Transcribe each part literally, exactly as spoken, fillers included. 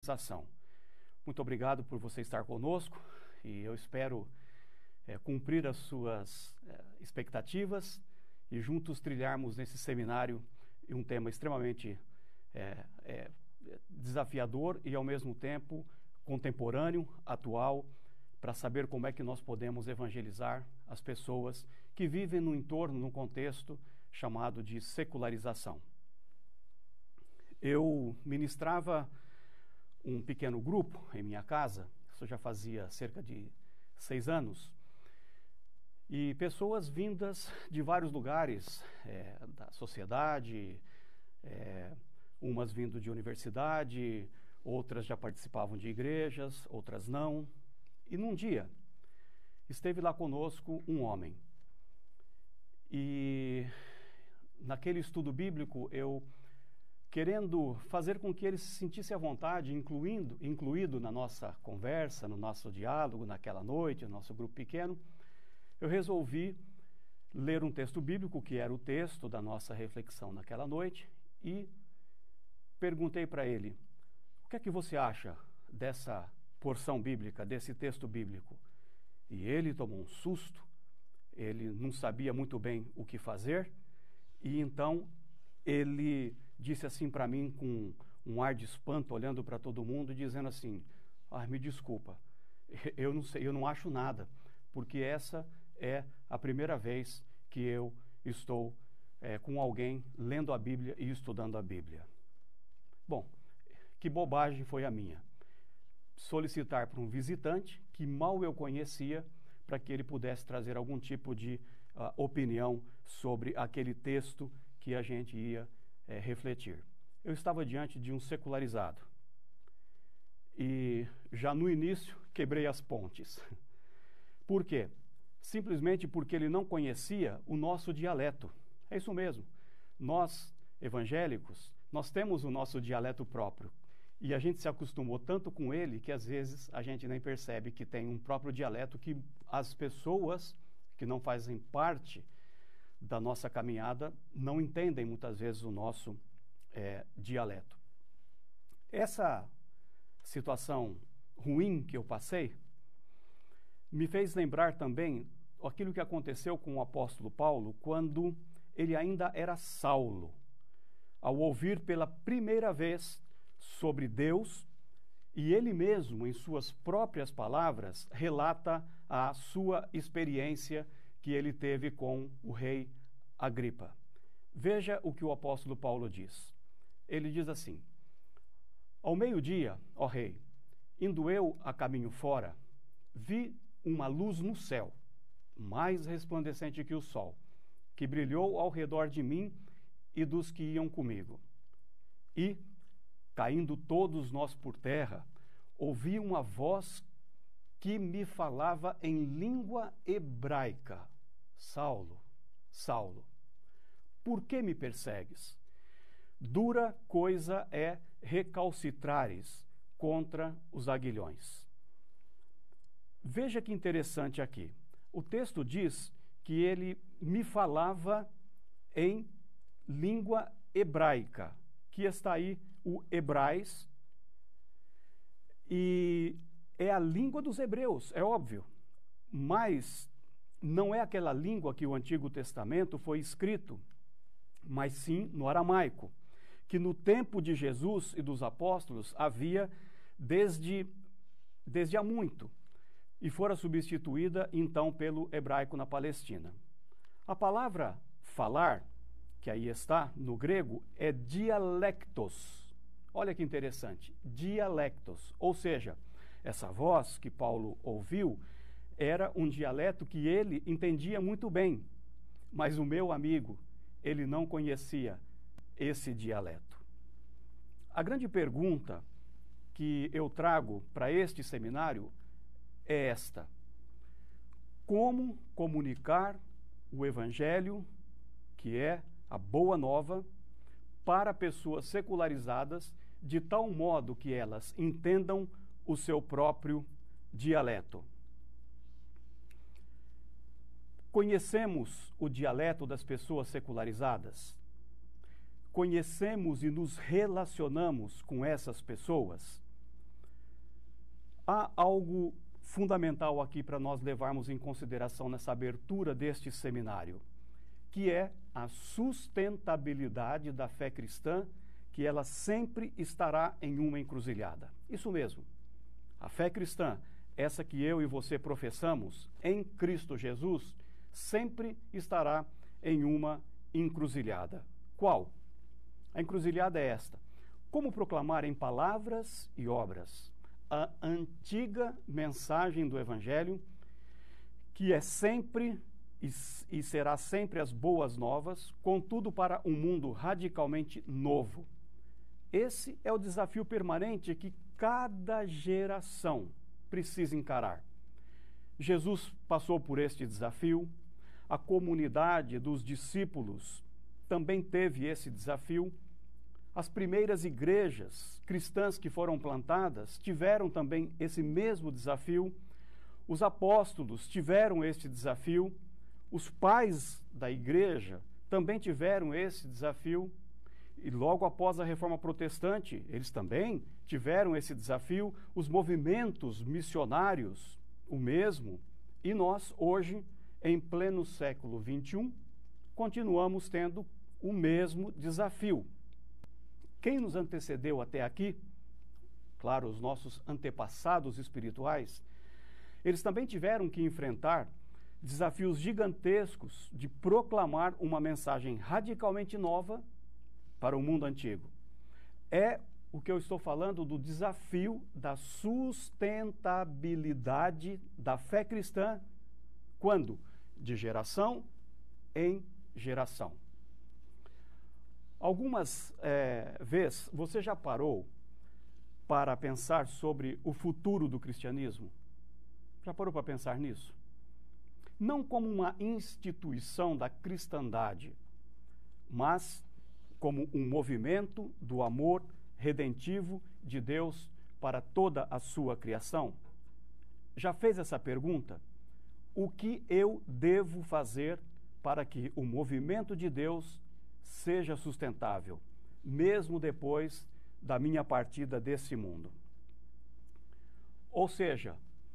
estação. Muito obrigado por você estar conosco e eu espero é, cumprir as suas é, expectativas e juntos trilharmos nesse seminário um tema extremamente é, é, desafiador e ao mesmo tempo contemporâneo, atual, para saber como é que nós podemos evangelizar as pessoas que vivem no entorno, num contexto chamado de secularização. Eu ministrava um pequeno grupo em minha casa, isso já fazia cerca de seis anos, e pessoas vindas de vários lugares é, da sociedade, é, umas vindo de universidade, outras já participavam de igrejas, outras não. E num dia, esteve lá conosco um homem. E naquele estudo bíblico, eu, querendo fazer com que ele se sentisse à vontade, incluindo, incluído na nossa conversa, no nosso diálogo, naquela noite, no nosso grupo pequeno, eu resolvi ler um texto bíblico, que era o texto da nossa reflexão naquela noite, e perguntei para ele, o que é que você acha dessa porção bíblica, desse texto bíblico? E ele tomou um susto, ele não sabia muito bem o que fazer, e então ele disse assim para mim com um ar de espanto, olhando para todo mundo, dizendo assim, ah, me desculpa, eu não sei, eu não acho nada, porque essa é a primeira vez que eu estou é, com alguém lendo a Bíblia e estudando a Bíblia. Bom, que bobagem foi a minha. Solicitar para um visitante que mal eu conhecia para que ele pudesse trazer algum tipo de uh, opinião sobre aquele texto que a gente ia é, refletir. Eu estava diante de um secularizado e já no início quebrei as pontes. Por quê? Simplesmente porque ele não conhecia o nosso dialeto. É isso mesmo. Nós, evangélicos, nós temos o nosso dialeto próprio. E a gente se acostumou tanto com ele que às vezes a gente nem percebe que tem um próprio dialeto que as pessoas que não fazem parte da nossa caminhada não entendem muitas vezes o nosso é, dialeto. Essa situação ruim que eu passei me fez lembrar também aquilo que aconteceu com o apóstolo Paulo quando ele ainda era Saulo, ao ouvir pela primeira vez sobre Deus, e ele mesmo, em suas próprias palavras, relata a sua experiência que ele teve com o rei Agripa. Veja o que o apóstolo Paulo diz. Ele diz assim, ao meio-dia, ó rei, indo eu a caminho fora, vi uma luz no céu, mais resplandecente que o sol, que brilhou ao redor de mim e dos que iam comigo. E, caindo todos nós por terra, ouvi uma voz que me falava em língua hebraica. Saulo, Saulo, por que me persegues? Dura coisa é recalcitrares contra os aguilhões. Veja que interessante aqui. O texto diz que ele me falava em língua hebraica, que está aí o Hebrais, e é a língua dos hebreus, é óbvio, mas não é aquela língua que o Antigo Testamento foi escrito, mas sim no aramaico, que no tempo de Jesus e dos apóstolos havia desde, desde há muito, e fora substituída então pelo hebraico na Palestina. A palavra falar, que aí está no grego, é dialectos. Olha que interessante, dialectos, ou seja, essa voz que Paulo ouviu era um dialeto que ele entendia muito bem, mas o meu amigo, ele não conhecia esse dialeto. A grande pergunta que eu trago para este seminário é esta: como comunicar o Evangelho, que é a boa nova, para pessoas secularizadas, de tal modo que elas entendam o seu próprio dialeto? Conhecemos o dialeto das pessoas secularizadas? Conhecemos e nos relacionamos com essas pessoas? Há algo fundamental aqui para nós levarmos em consideração nessa abertura deste seminário, que é a sustentabilidade da fé cristã, que ela sempre estará em uma encruzilhada. Isso mesmo, a fé cristã, essa que eu e você professamos em Cristo Jesus, sempre estará em uma encruzilhada. Qual? A encruzilhada é esta: como proclamar em palavras e obras a antiga mensagem do Evangelho, que é sempre e, e será sempre as boas novas, contudo para um mundo radicalmente novo. Esse é o desafio permanente que cada geração precisa encarar. Jesus passou por este desafio, a comunidade dos discípulos também teve esse desafio, as primeiras igrejas cristãs que foram plantadas tiveram também esse mesmo desafio, os apóstolos tiveram este desafio, os pais da igreja também tiveram esse desafio, e logo após a Reforma Protestante, eles também tiveram esse desafio, os movimentos missionários, o mesmo, e nós, hoje, em pleno século vinte e um, continuamos tendo o mesmo desafio. Quem nos antecedeu até aqui, claro, os nossos antepassados espirituais, eles também tiveram que enfrentar desafios gigantescos de proclamar uma mensagem radicalmente nova para o mundo antigo. É o que eu estou falando do desafio da sustentabilidade da fé cristã, quando? De geração em geração. Algumas é, vezes você já parou para pensar sobre o futuro do cristianismo? Já parou para pensar nisso? Não como uma instituição da cristandade, mas como um movimento do amor redentivo de Deus para toda a sua criação? Já fez essa pergunta? O que eu devo fazer para que o movimento de Deus seja sustentável, mesmo depois da minha partida desse mundo? Ou seja,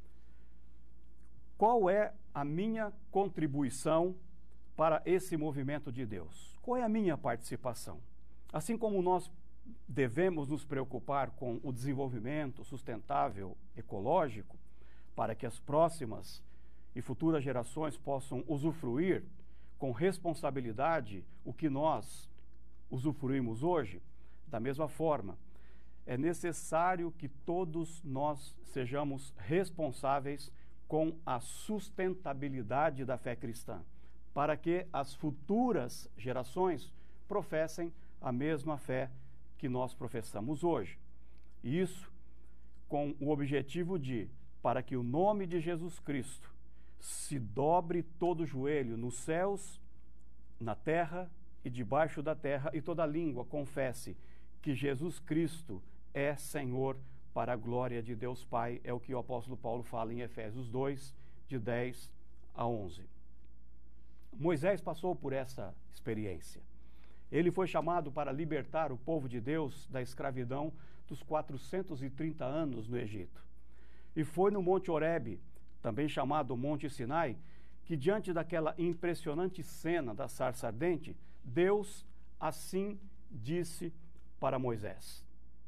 qual é a minha contribuição para esse movimento de Deus? Qual é a minha participação? Assim como nós devemos nos preocupar com o desenvolvimento sustentável ecológico, para que as próximas e futuras gerações possam usufruir com responsabilidade o que nós usufruímos hoje, da mesma forma, é necessário que todos nós sejamos responsáveis com a sustentabilidade da fé cristã, para que as futuras gerações professem a mesma fé que nós professamos hoje. E isso com o objetivo de, para que o nome de Jesus Cristo se dobre todo o joelho nos céus, na terra e debaixo da terra, e toda língua confesse que Jesus Cristo é Senhor, para a glória de Deus Pai, é o que o apóstolo Paulo fala em Efésios dois, de dez a onze. Moisés passou por essa experiência. Ele foi chamado para libertar o povo de Deus da escravidão dos quatrocentos e trinta anos no Egito. E foi no Monte Horebe, também chamado Monte Sinai, que diante daquela impressionante cena da sarça ardente, Deus assim disse para Moisés.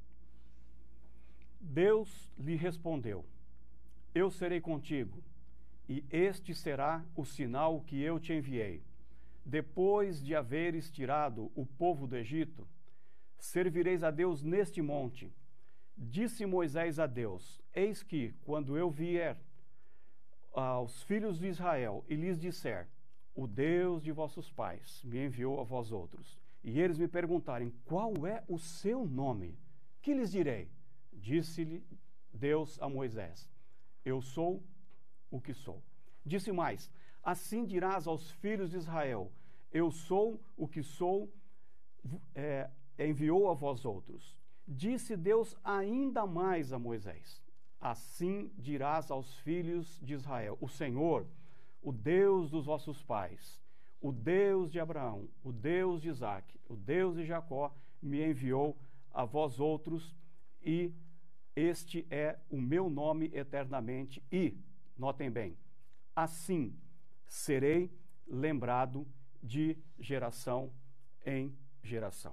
Deus lhe respondeu: eu serei contigo, e este será o sinal que eu te enviei. Depois de haveres tirado o povo do Egito, servireis a Deus neste monte. Disse Moisés a Deus: eis que, quando eu vier aos filhos de Israel e lhes disser: o Deus de vossos pais me enviou a vós outros, e eles me perguntarem: qual é o seu nome? Que lhes direi? Disse-lhe Deus a Moisés: eu sou o que sou. Disse mais: assim dirás aos filhos de Israel: eu sou o que sou, é, enviou a vós outros. Disse Deus ainda mais a Moisés: assim dirás aos filhos de Israel: o Senhor, o Deus dos vossos pais, o Deus de Abraão, o Deus de Isaque, o Deus de Jacó, me enviou a vós outros, e este é o meu nome eternamente e, notem bem, assim serei lembrado de geração em geração.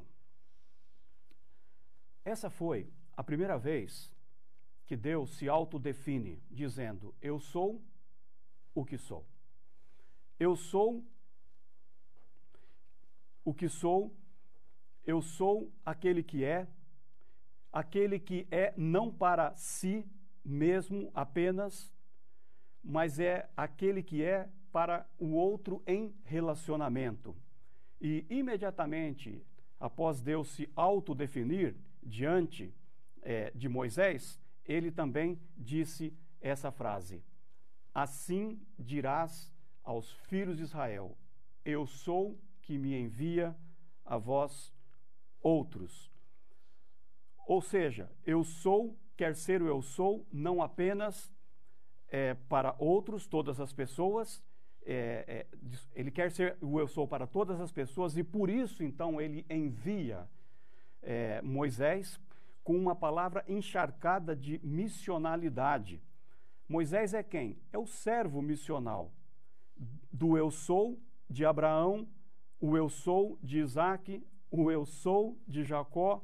Essa foi a primeira vez que Deus se autodefine, dizendo: eu sou o que sou. Eu sou o que sou, eu sou aquele que é, aquele que é não para si mesmo apenas, mas é aquele que é para o outro em relacionamento. E imediatamente após Deus se autodefinir diante é, de Moisés, ele também disse essa frase: assim dirás aos filhos de Israel, eu sou que me envia a vós outros. Ou seja, eu sou, quer ser o eu sou, não apenas é, para outros, todas as pessoas, é, é, ele quer ser o eu sou para todas as pessoas, e por isso, então, ele envia é, Moisés com uma palavra encharcada de missionalidade. Moisés é quem? É o servo missional do eu sou de Abraão, o eu sou de Isaque, o eu sou de Jacó,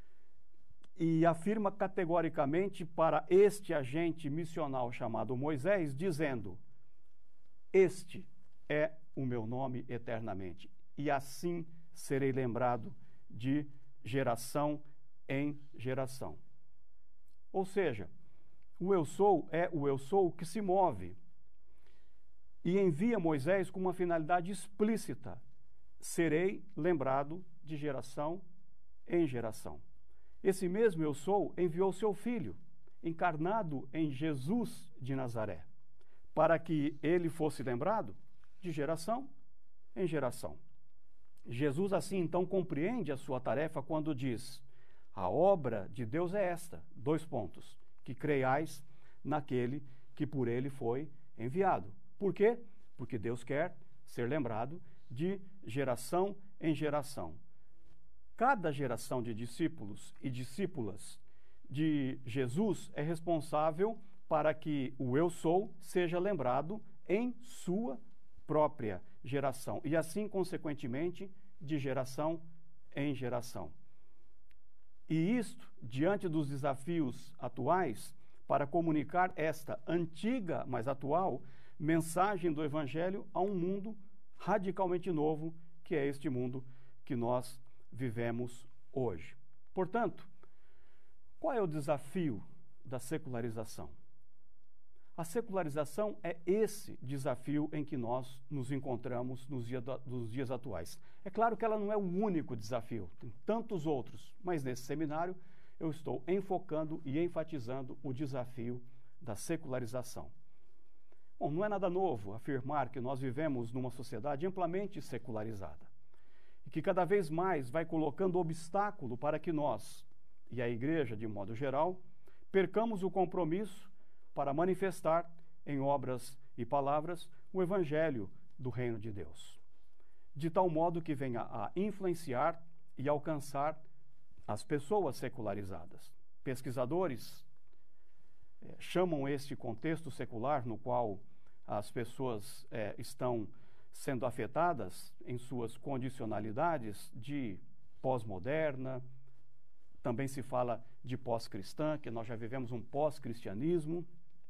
e afirma categoricamente para este agente missional chamado Moisés, dizendo: este é o meu nome eternamente, e assim serei lembrado de geração em geração. Ou seja, o eu sou é o eu sou que se move e envia Moisés com uma finalidade explícita: serei lembrado de geração em geração. Esse mesmo eu sou enviou seu filho, encarnado em Jesus de Nazaré, para que ele fosse lembrado de geração em geração. Jesus assim então compreende a sua tarefa quando diz: a obra de Deus é esta, dois pontos, que creiais naquele que por ele foi enviado. Por quê? Porque Deus quer ser lembrado de geração em geração. Cada geração de discípulos e discípulas de Jesus é responsável para que o eu sou seja lembrado em sua própria geração, e assim, consequentemente, de geração em geração. E isto, diante dos desafios atuais, para comunicar esta antiga, mas atual, mensagem do Evangelho a um mundo radicalmente novo, que é este mundo que nós vivemos hoje. Portanto, qual é o desafio da secularização? A secularização é esse desafio em que nós nos encontramos nos dias, nos dias atuais. É claro que ela não é o único desafio, tem tantos outros, mas nesse seminário eu estou enfocando e enfatizando o desafio da secularização. Bom, não é nada novo afirmar que nós vivemos numa sociedade amplamente secularizada e que cada vez mais vai colocando obstáculo para que nós, e a igreja de modo geral, percamos o compromisso para manifestar em obras e palavras o evangelho do reino de Deus, de tal modo que venha a influenciar e alcançar as pessoas secularizadas. Pesquisadores eh, chamam este contexto secular no qual as pessoas eh, estão sendo afetadas em suas condicionalidades de pós-moderna. Também se fala de pós-cristã, que nós já vivemos um pós-cristianismo.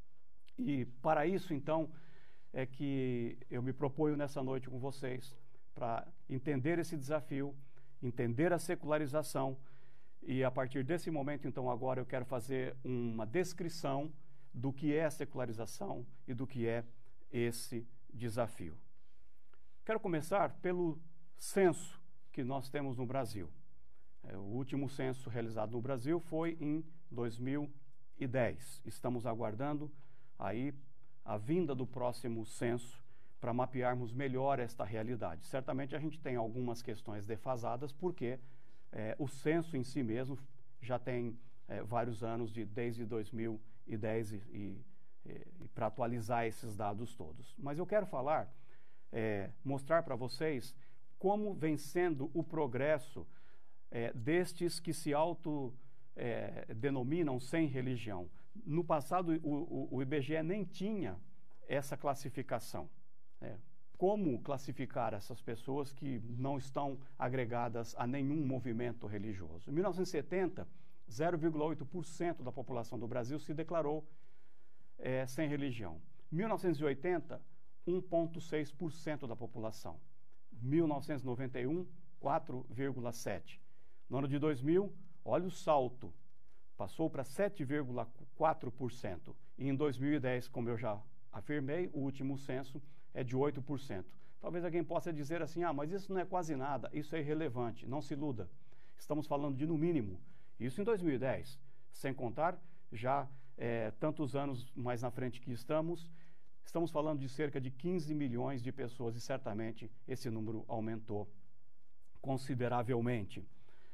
E para isso, então, é que eu me proponho nessa noite com vocês, para entender esse desafio, entender a secularização, e a partir desse momento, então, agora eu quero fazer uma descrição do que é a secularização e do que é esse desafio. Quero começar pelo censo que nós temos no Brasil. É, o último censo realizado no Brasil foi em dois mil e dez. Estamos aguardando aí a vinda do próximo censo para mapearmos melhor esta realidade. Certamente a gente tem algumas questões defasadas, porque é, o censo em si mesmo já tem é, vários anos, de, desde dois mil e dez, e, e, e para atualizar esses dados todos. Mas eu quero falar, é, mostrar para vocês como vem sendo o progresso é, destes que se auto é, denominam sem religião. No passado, o, o, o I B G E nem tinha essa classificação. É, como classificar essas pessoas que não estão agregadas a nenhum movimento religioso? Em mil novecentos e setenta, zero vírgula oito por cento da população do Brasil se declarou é, sem religião. Em mil novecentos e oitenta, um vírgula seis por cento da população. mil novecentos e noventa e um, quatro vírgula sete por cento. No ano de dois mil, olha o salto, passou para sete vírgula quatro por cento. E em dois mil e dez, como eu já afirmei, o último censo é de oito por cento. Talvez alguém possa dizer assim, ah, mas isso não é quase nada, isso é irrelevante, não se iluda. Estamos falando de no mínimo, isso em dois mil e dez, sem contar já é, tantos anos mais na frente que estamos, estamos falando de cerca de quinze milhões de pessoas e certamente esse número aumentou consideravelmente.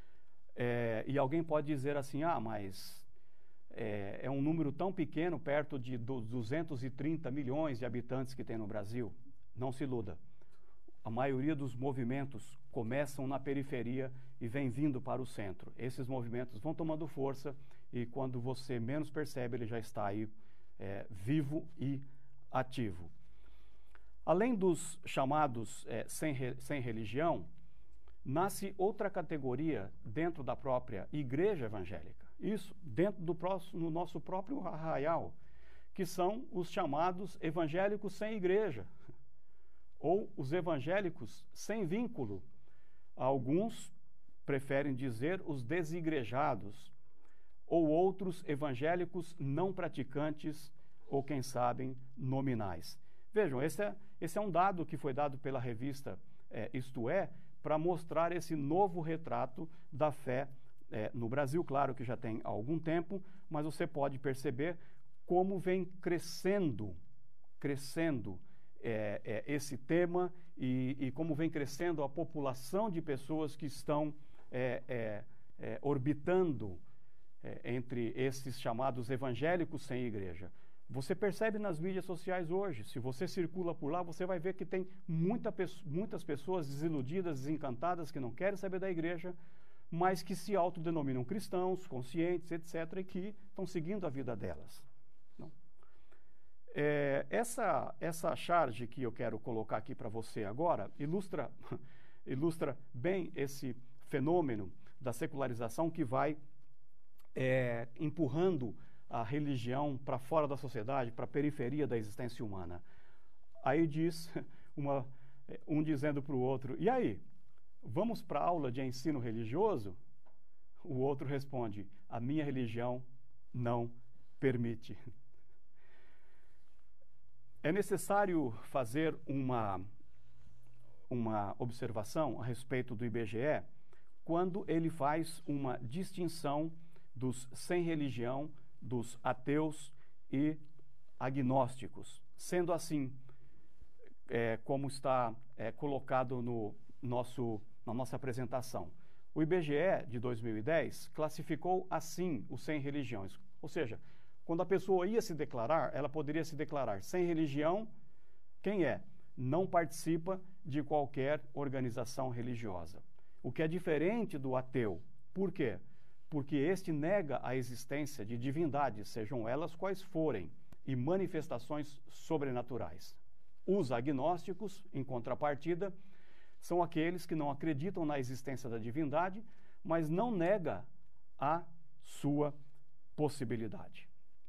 É, e alguém pode dizer assim, ah, mas é, é um número tão pequeno perto de duzentos e trinta milhões de habitantes que tem no Brasil. Não se iluda. A maioria dos movimentos começam na periferia e vem vindo para o centro. Esses movimentos vão tomando força e quando você menos percebe, ele já está aí é, vivo e ativo. Além dos chamados é, sem, re, sem religião, nasce outra categoria dentro da própria igreja evangélica. Isso dentro do próximo, no nosso próprio arraial, que são os chamados evangélicos sem igreja, ou os evangélicos sem vínculo. Alguns preferem dizer os desigrejados, ou outros evangélicos não praticantes, ou quem sabe nominais. Vejam, esse é, esse é um dado que foi dado pela revista é, Isto É, para mostrar esse novo retrato da fé é, no Brasil. Claro que já tem algum tempo, mas você pode perceber como vem crescendo, crescendo é, é, esse tema e, e como vem crescendo a população de pessoas que estão é, é, é, orbitando é, entre esses chamados evangélicos sem igreja. Você percebe nas mídias sociais hoje, se você circula por lá, você vai ver que tem muita, muitas pessoas desiludidas, desencantadas, que não querem saber da igreja, mas que se autodenominam cristãos, conscientes, etcétera, e que estão seguindo a vida delas. Não? É, essa, essa charge que eu quero colocar aqui para você agora ilustra, ilustra bem esse fenômeno da secularização que vai é, empurrando a religião para fora da sociedade, para a periferia da existência humana. Aí diz, uma, um dizendo para o outro, e aí, vamos para a aula de ensino religioso? O outro responde, a minha religião não permite. É necessário fazer uma, uma observação a respeito do I B G E quando ele faz uma distinção dos sem religião, dos ateus e agnósticos. Sendo assim, é, como está é, colocado no nosso, na nossa apresentação, o I B G E de dois mil e dez classificou assim os sem religiões. Ou seja, quando a pessoa ia se declarar, ela poderia se declarar sem religião, quem é? Não participa de qualquer organização religiosa. O que é diferente do ateu. Por quê? Porque este nega a existência de divindades, sejam elas quais forem, e manifestações sobrenaturais. Os agnósticos, em contrapartida, são aqueles que não acreditam na existência da divindade, mas não nega a sua possibilidade.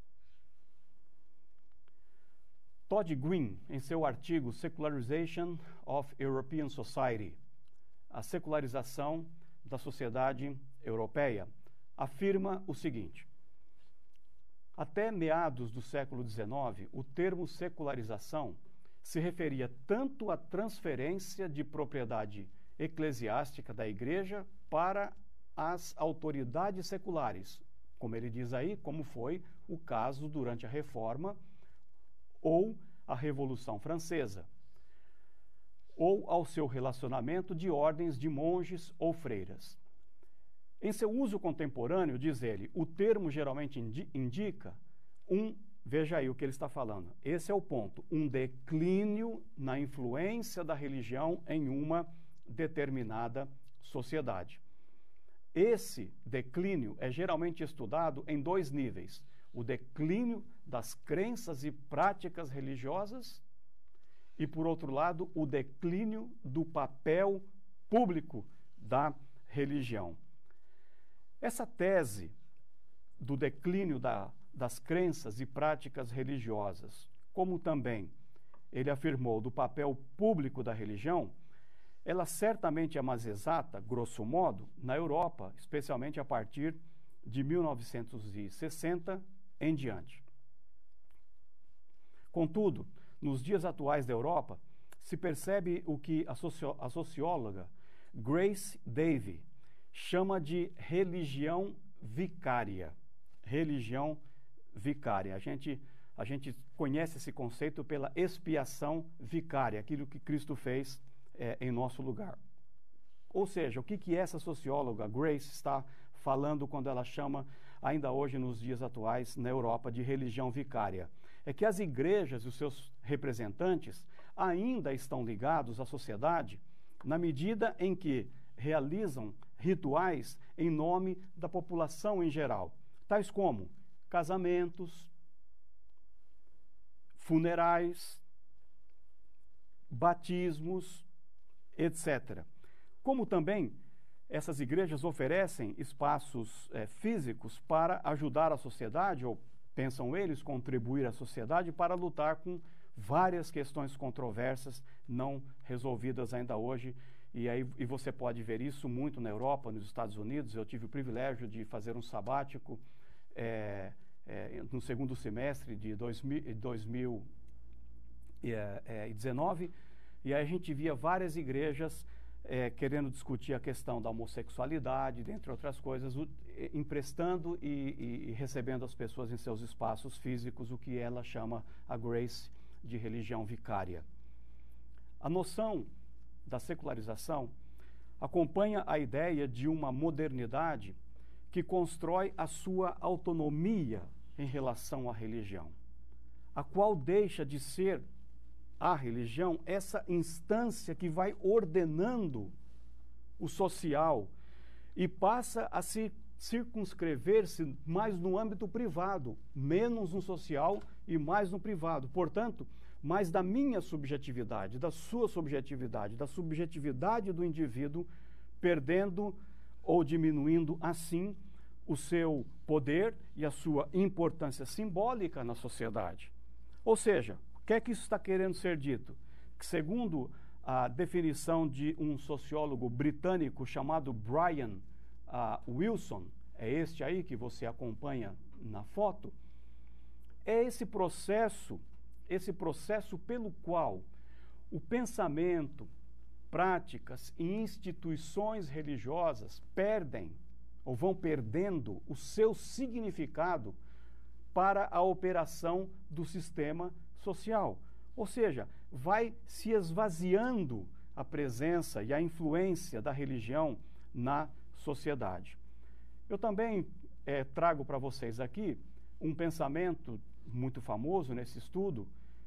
Todd Green, em seu artigo Secularization of European Society, a secularização da sociedade europeia, afirma o seguinte: até meados do século dezenove, o termo secularização se referia tanto à transferência de propriedade eclesiástica da igreja para as autoridades seculares, como ele diz aí, como foi o caso durante a Reforma ou a Revolução Francesa, ou ao seu relacionamento de ordens de monges ou freiras. Em seu uso contemporâneo, diz ele, o termo geralmente indi- indica um, veja aí o que ele está falando, esse é o ponto, um declínio na influência da religião em uma determinada sociedade. esse declínio é geralmente estudado em dois níveis: o declínio das crenças e práticas religiosas e, por outro lado, o declínio do papel público da religião. Essa tese do declínio da, das crenças e práticas religiosas, como também ele afirmou do papel público da religião, ela certamente é mais exata, grosso modo, na Europa, especialmente a partir de mil novecentos e sessenta em diante. Contudo, nos dias atuais da Europa, se percebe o que a, socio a socióloga Grace Davey chama de religião vicária. Religião vicária. A gente, a gente conhece esse conceito pela expiação vicária, aquilo que Cristo fez é, em nosso lugar. Ou seja, o que, que essa socióloga Grace está falando quando ela chama, ainda hoje nos dias atuais, na Europa, de religião vicária? É que as igrejas e os seus representantes ainda estão ligados à sociedade na medida em que realizam rituais em nome da população em geral, tais como casamentos, funerais, batismos, etcétera. Como também essas igrejas oferecem espaços é, físicos para ajudar a sociedade, ou pensam eles contribuir à sociedade para lutar com várias questões controversas não resolvidas ainda hoje. E aí e você pode ver isso muito na Europa, nos Estados Unidos. Eu tive o privilégio de fazer um sabático é, é, no segundo semestre de dois mil e dezenove, e aí a gente via várias igrejas é, querendo discutir a questão da homossexualidade, dentre outras coisas, o, emprestando e, e, e recebendo as pessoas em seus espaços físicos, o que ela chama, a Grace, de religião vicária. A noção da secularização acompanha a ideia de uma modernidade que constrói a sua autonomia em relação à religião, a qual deixa de ser a religião essa instância que vai ordenando o social e passa a se circunscrever-se mais no âmbito privado, menos no social e mais no privado. Portanto, mais da minha subjetividade, da sua subjetividade, da subjetividade do indivíduo, perdendo ou diminuindo assim o seu poder e a sua importância simbólica na sociedade. Ou seja, o que é que isso está querendo ser dito? Que, segundo a definição de um sociólogo britânico chamado Brian uh, Wilson, é este aí que você acompanha na foto, é esse processo, esse processo pelo qual o pensamento, práticas e instituições religiosas perdem ou vão perdendo o seu significado para a operação do sistema social. Ou seja, vai se esvaziando a presença e a influência da religião na sociedade. Eu também é, trago para vocês aqui um pensamento muito famoso nesse estudo,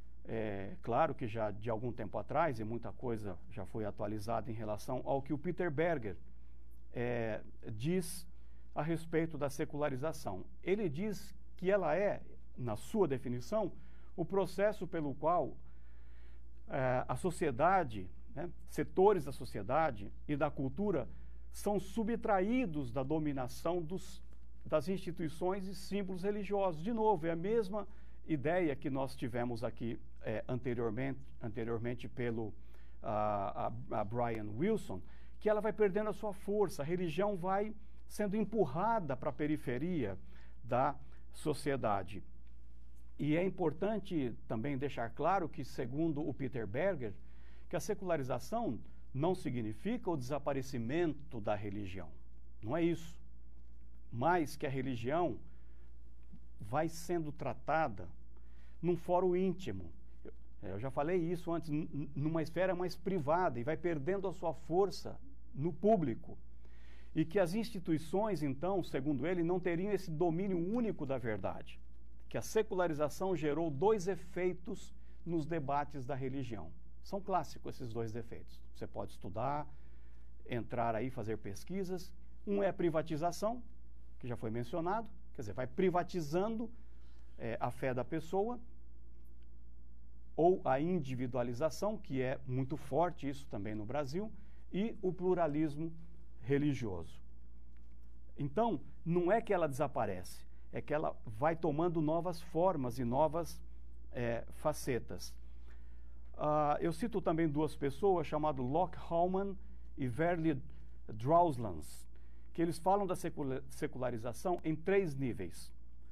é, claro que já de algum tempo atrás, e muita coisa já foi atualizada em relação ao que o Peter Berger é, diz a respeito da secularização. Ele diz que ela é, na sua definição, o processo pelo qual eh, a sociedade, né, setores da sociedade e da cultura são subtraídos da dominação dos, das instituições e símbolos religiosos. De novo, é a mesma ideia que nós tivemos aqui eh, anteriormente, anteriormente pelo a, a, a Brian Wilson, que ela vai perdendo a sua força, a religião vai sendo empurrada para a periferia da sociedade. E é importante também deixar claro que, segundo o Peter Berger, que a secularização não significa o desaparecimento da religião. Não é isso. Mas que a religião vai sendo tratada num fórum íntimo. Eu, eu já falei isso antes, numa esfera mais privada, e vai perdendo a sua força no público. E que as instituições, então, segundo ele, não teriam esse domínio único da verdade. Que a secularização gerou dois efeitos nos debates da religião. São clássicos esses dois efeitos. Você pode estudar, entrar aí, fazer pesquisas. Um é a privatização, que já foi mencionado, quer dizer, vai privatizando é, a fé da pessoa, ou a individualização, que é muito forte isso também no Brasil, e o pluralismo religioso. Então, não é que ela desaparece, é que ela vai tomando novas formas e novas é, facetas. Uh, eu cito também duas pessoas, chamadas Locke Hallman e Verli Drauslands, que eles falam da secularização em três níveis.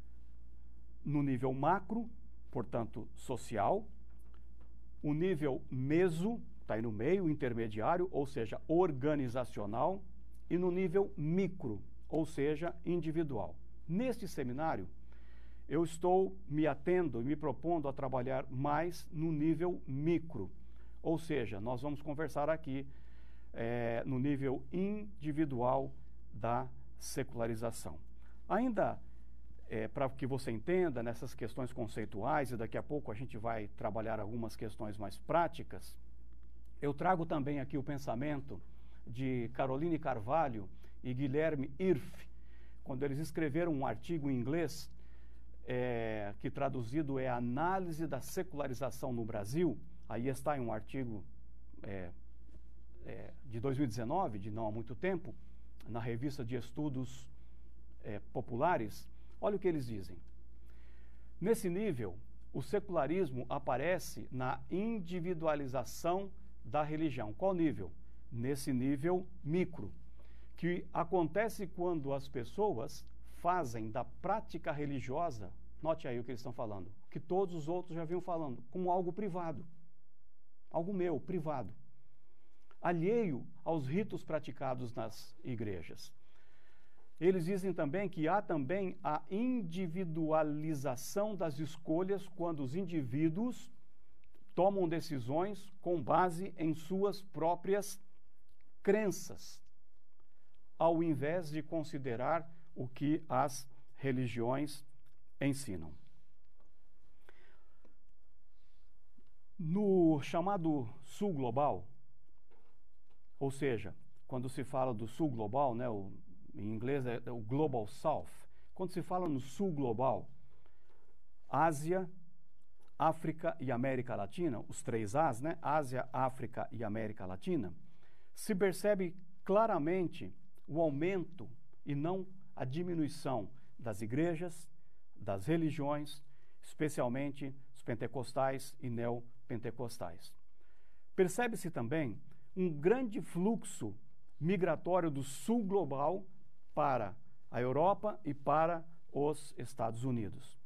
No nível macro, portanto, social, o nível meso, está aí no meio, intermediário, ou seja, organizacional, e no nível micro, ou seja, individual. Neste seminário, eu estou me atendo e me propondo a trabalhar mais no nível micro, ou seja, nós vamos conversar aqui é, no nível individual da secularização. Ainda é, para que você entenda nessas questões conceituais, e daqui a pouco a gente vai trabalhar algumas questões mais práticas, eu trago também aqui o pensamento de Caroline Carvalho e Guilherme Irf, quando eles escreveram um artigo em inglês, é, que traduzido é Análise da Secularização no Brasil. Aí está em um artigo é, é, de dois mil e dezenove, de não há muito tempo, na revista de estudos é, populares. Olha o que eles dizem. Nesse nível, o secularismo aparece na individualização da religião. Qual nível? Nesse nível micro, que acontece quando as pessoas fazem da prática religiosa, note aí o que eles estão falando, que todos os outros já vinham falando, como algo privado, algo meu, privado, alheio aos ritos praticados nas igrejas. Eles dizem também que há também a individualização das escolhas quando os indivíduos tomam decisões com base em suas próprias crenças, ao invés de considerar o que as religiões ensinam. No chamado Sul Global, ou seja, quando se fala do Sul Global, né, o, em inglês é o Global South, quando se fala no Sul Global, Ásia, África e América Latina, os três As, né, Ásia, África e América Latina, se percebe claramente o aumento e não a diminuição das igrejas, das religiões, especialmente os pentecostais e neopentecostais. Percebe-se também um grande fluxo migratório do sul global para a Europa e para os Estados Unidos.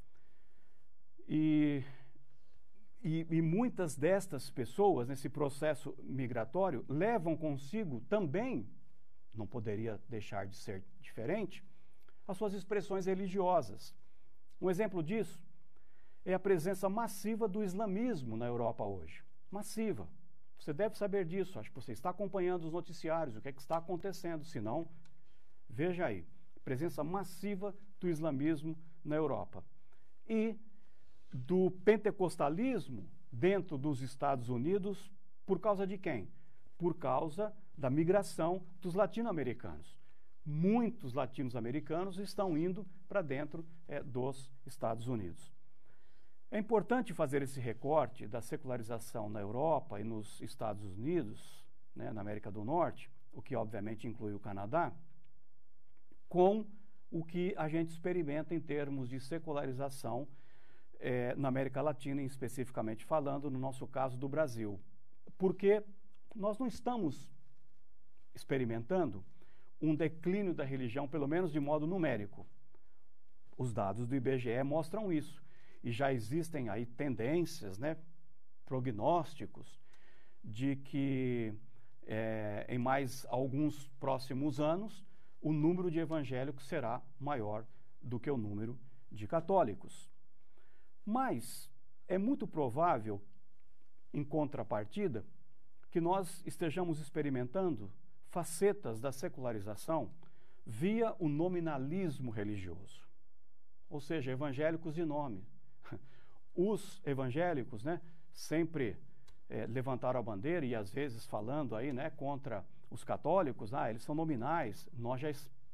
E, e, e muitas destas pessoas, nesse processo migratório, levam consigo também, não poderia deixar de ser diferente, as suas expressões religiosas. Um exemplo disso é a presença massiva do islamismo na Europa hoje. Massiva. Você deve saber disso, acho que você está acompanhando os noticiários, o que é que está acontecendo, se não, veja aí. Presença massiva do islamismo na Europa. E do pentecostalismo dentro dos Estados Unidos, por causa de quem? Por causa da migração dos latino-americanos. Muitos latino-americanos estão indo para dentro é, dos Estados Unidos. É importante fazer esse recorte da secularização na Europa e nos Estados Unidos, né, na América do Norte, o que obviamente inclui o Canadá, com o que a gente experimenta em termos de secularização é, na América Latina, especificamente falando, no nosso caso do Brasil. Porque nós não estamos experimentando um declínio da religião, pelo menos de modo numérico. Os dados do I B G E mostram isso. E já existem aí tendências, né, prognósticos, de que é, em mais alguns próximos anos o número de evangélicos será maior do que o número de católicos. Mas é muito provável, em contrapartida, que nós estejamos experimentando facetas da secularização via o nominalismo religioso, ou seja, evangélicos de nome. Os evangélicos, né, sempre é, levantaram a bandeira e às vezes falando aí, né, contra os católicos, ah, eles são nominais. Nós já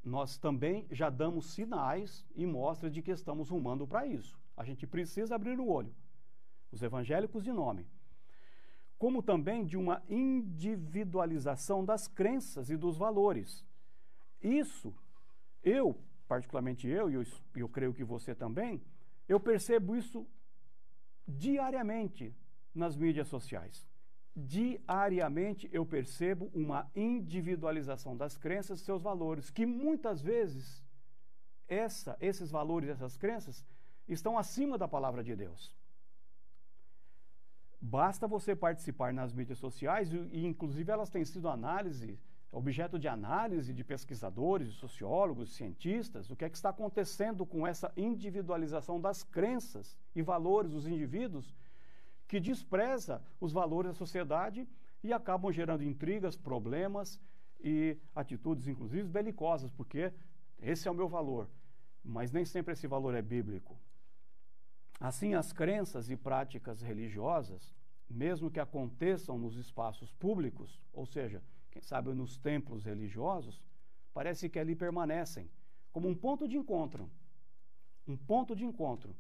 nós também já damos sinais e mostras de que estamos rumando para isso. A gente precisa abrir o olho. Os evangélicos de nome. Como também de uma individualização das crenças e dos valores. Isso, eu, particularmente eu, e eu, eu creio que você também, eu percebo isso diariamente nas mídias sociais. Diariamente eu percebo uma individualização das crenças e seus valores, que muitas vezes essa, esses valores, essas crenças, estão acima da palavra de Deus. Basta você participar nas mídias sociais, e, e inclusive elas têm sido análise, objeto de análise de pesquisadores, de sociólogos, de cientistas, o que é que está acontecendo com essa individualização das crenças e valores dos indivíduos, que despreza os valores da sociedade e acabam gerando intrigas, problemas e atitudes, inclusive, belicosas, porque esse é o meu valor, mas nem sempre esse valor é bíblico. Assim, as crenças e práticas religiosas, mesmo que aconteçam nos espaços públicos, ou seja, quem sabe nos templos religiosos, parece que ali permanecem como um ponto de encontro, um ponto de encontro,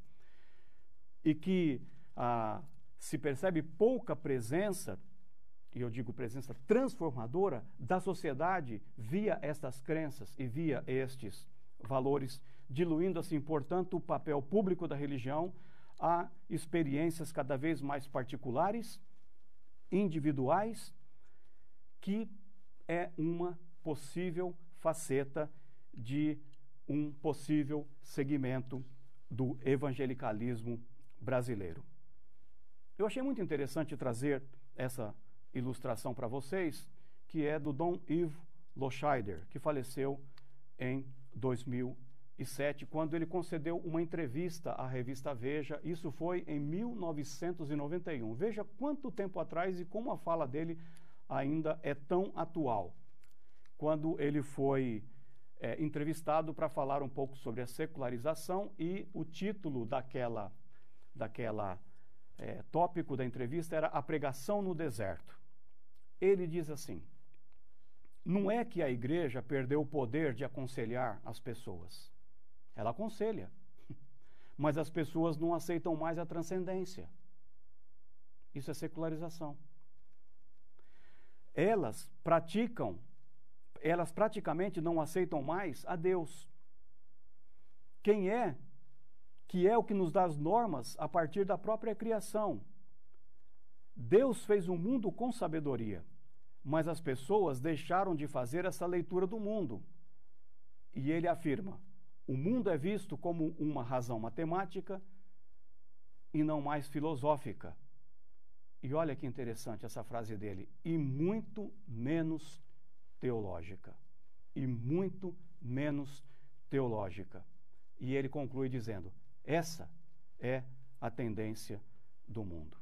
e que ah, se percebe pouca presença, e eu digo presença transformadora, da sociedade via estas crenças e via estes valores, diluindo assim, portanto, o papel público da religião a experiências cada vez mais particulares, individuais, que é uma possível faceta de um possível segmento do evangelicalismo brasileiro. Eu achei muito interessante trazer essa ilustração para vocês, que é do Dom Ivo Loscheider, que faleceu em dois mil e sete, quando ele concedeu uma entrevista à revista Veja. Isso foi em mil novecentos e noventa e um. Veja quanto tempo atrás e como a fala dele ainda é tão atual. Quando ele foi é, entrevistado para falar um pouco sobre a secularização, e o título daquela, daquela é, tópico da entrevista era A Pregação no Deserto. Ele diz assim: não é que a igreja perdeu o poder de aconselhar as pessoas. Ela aconselha, mas as pessoas não aceitam mais a transcendência. Isso é secularização. Elas praticam, elas praticamente não aceitam mais a Deus. Quem é que é o que nos dá as normas a partir da própria criação? Deus fez o mundo com sabedoria, mas as pessoas deixaram de fazer essa leitura do mundo. E ele afirma: o mundo é visto como uma razão matemática e não mais filosófica. E olha que interessante essa frase dele: e muito menos teológica. E muito menos teológica. E ele conclui dizendo: essa é a tendência do mundo.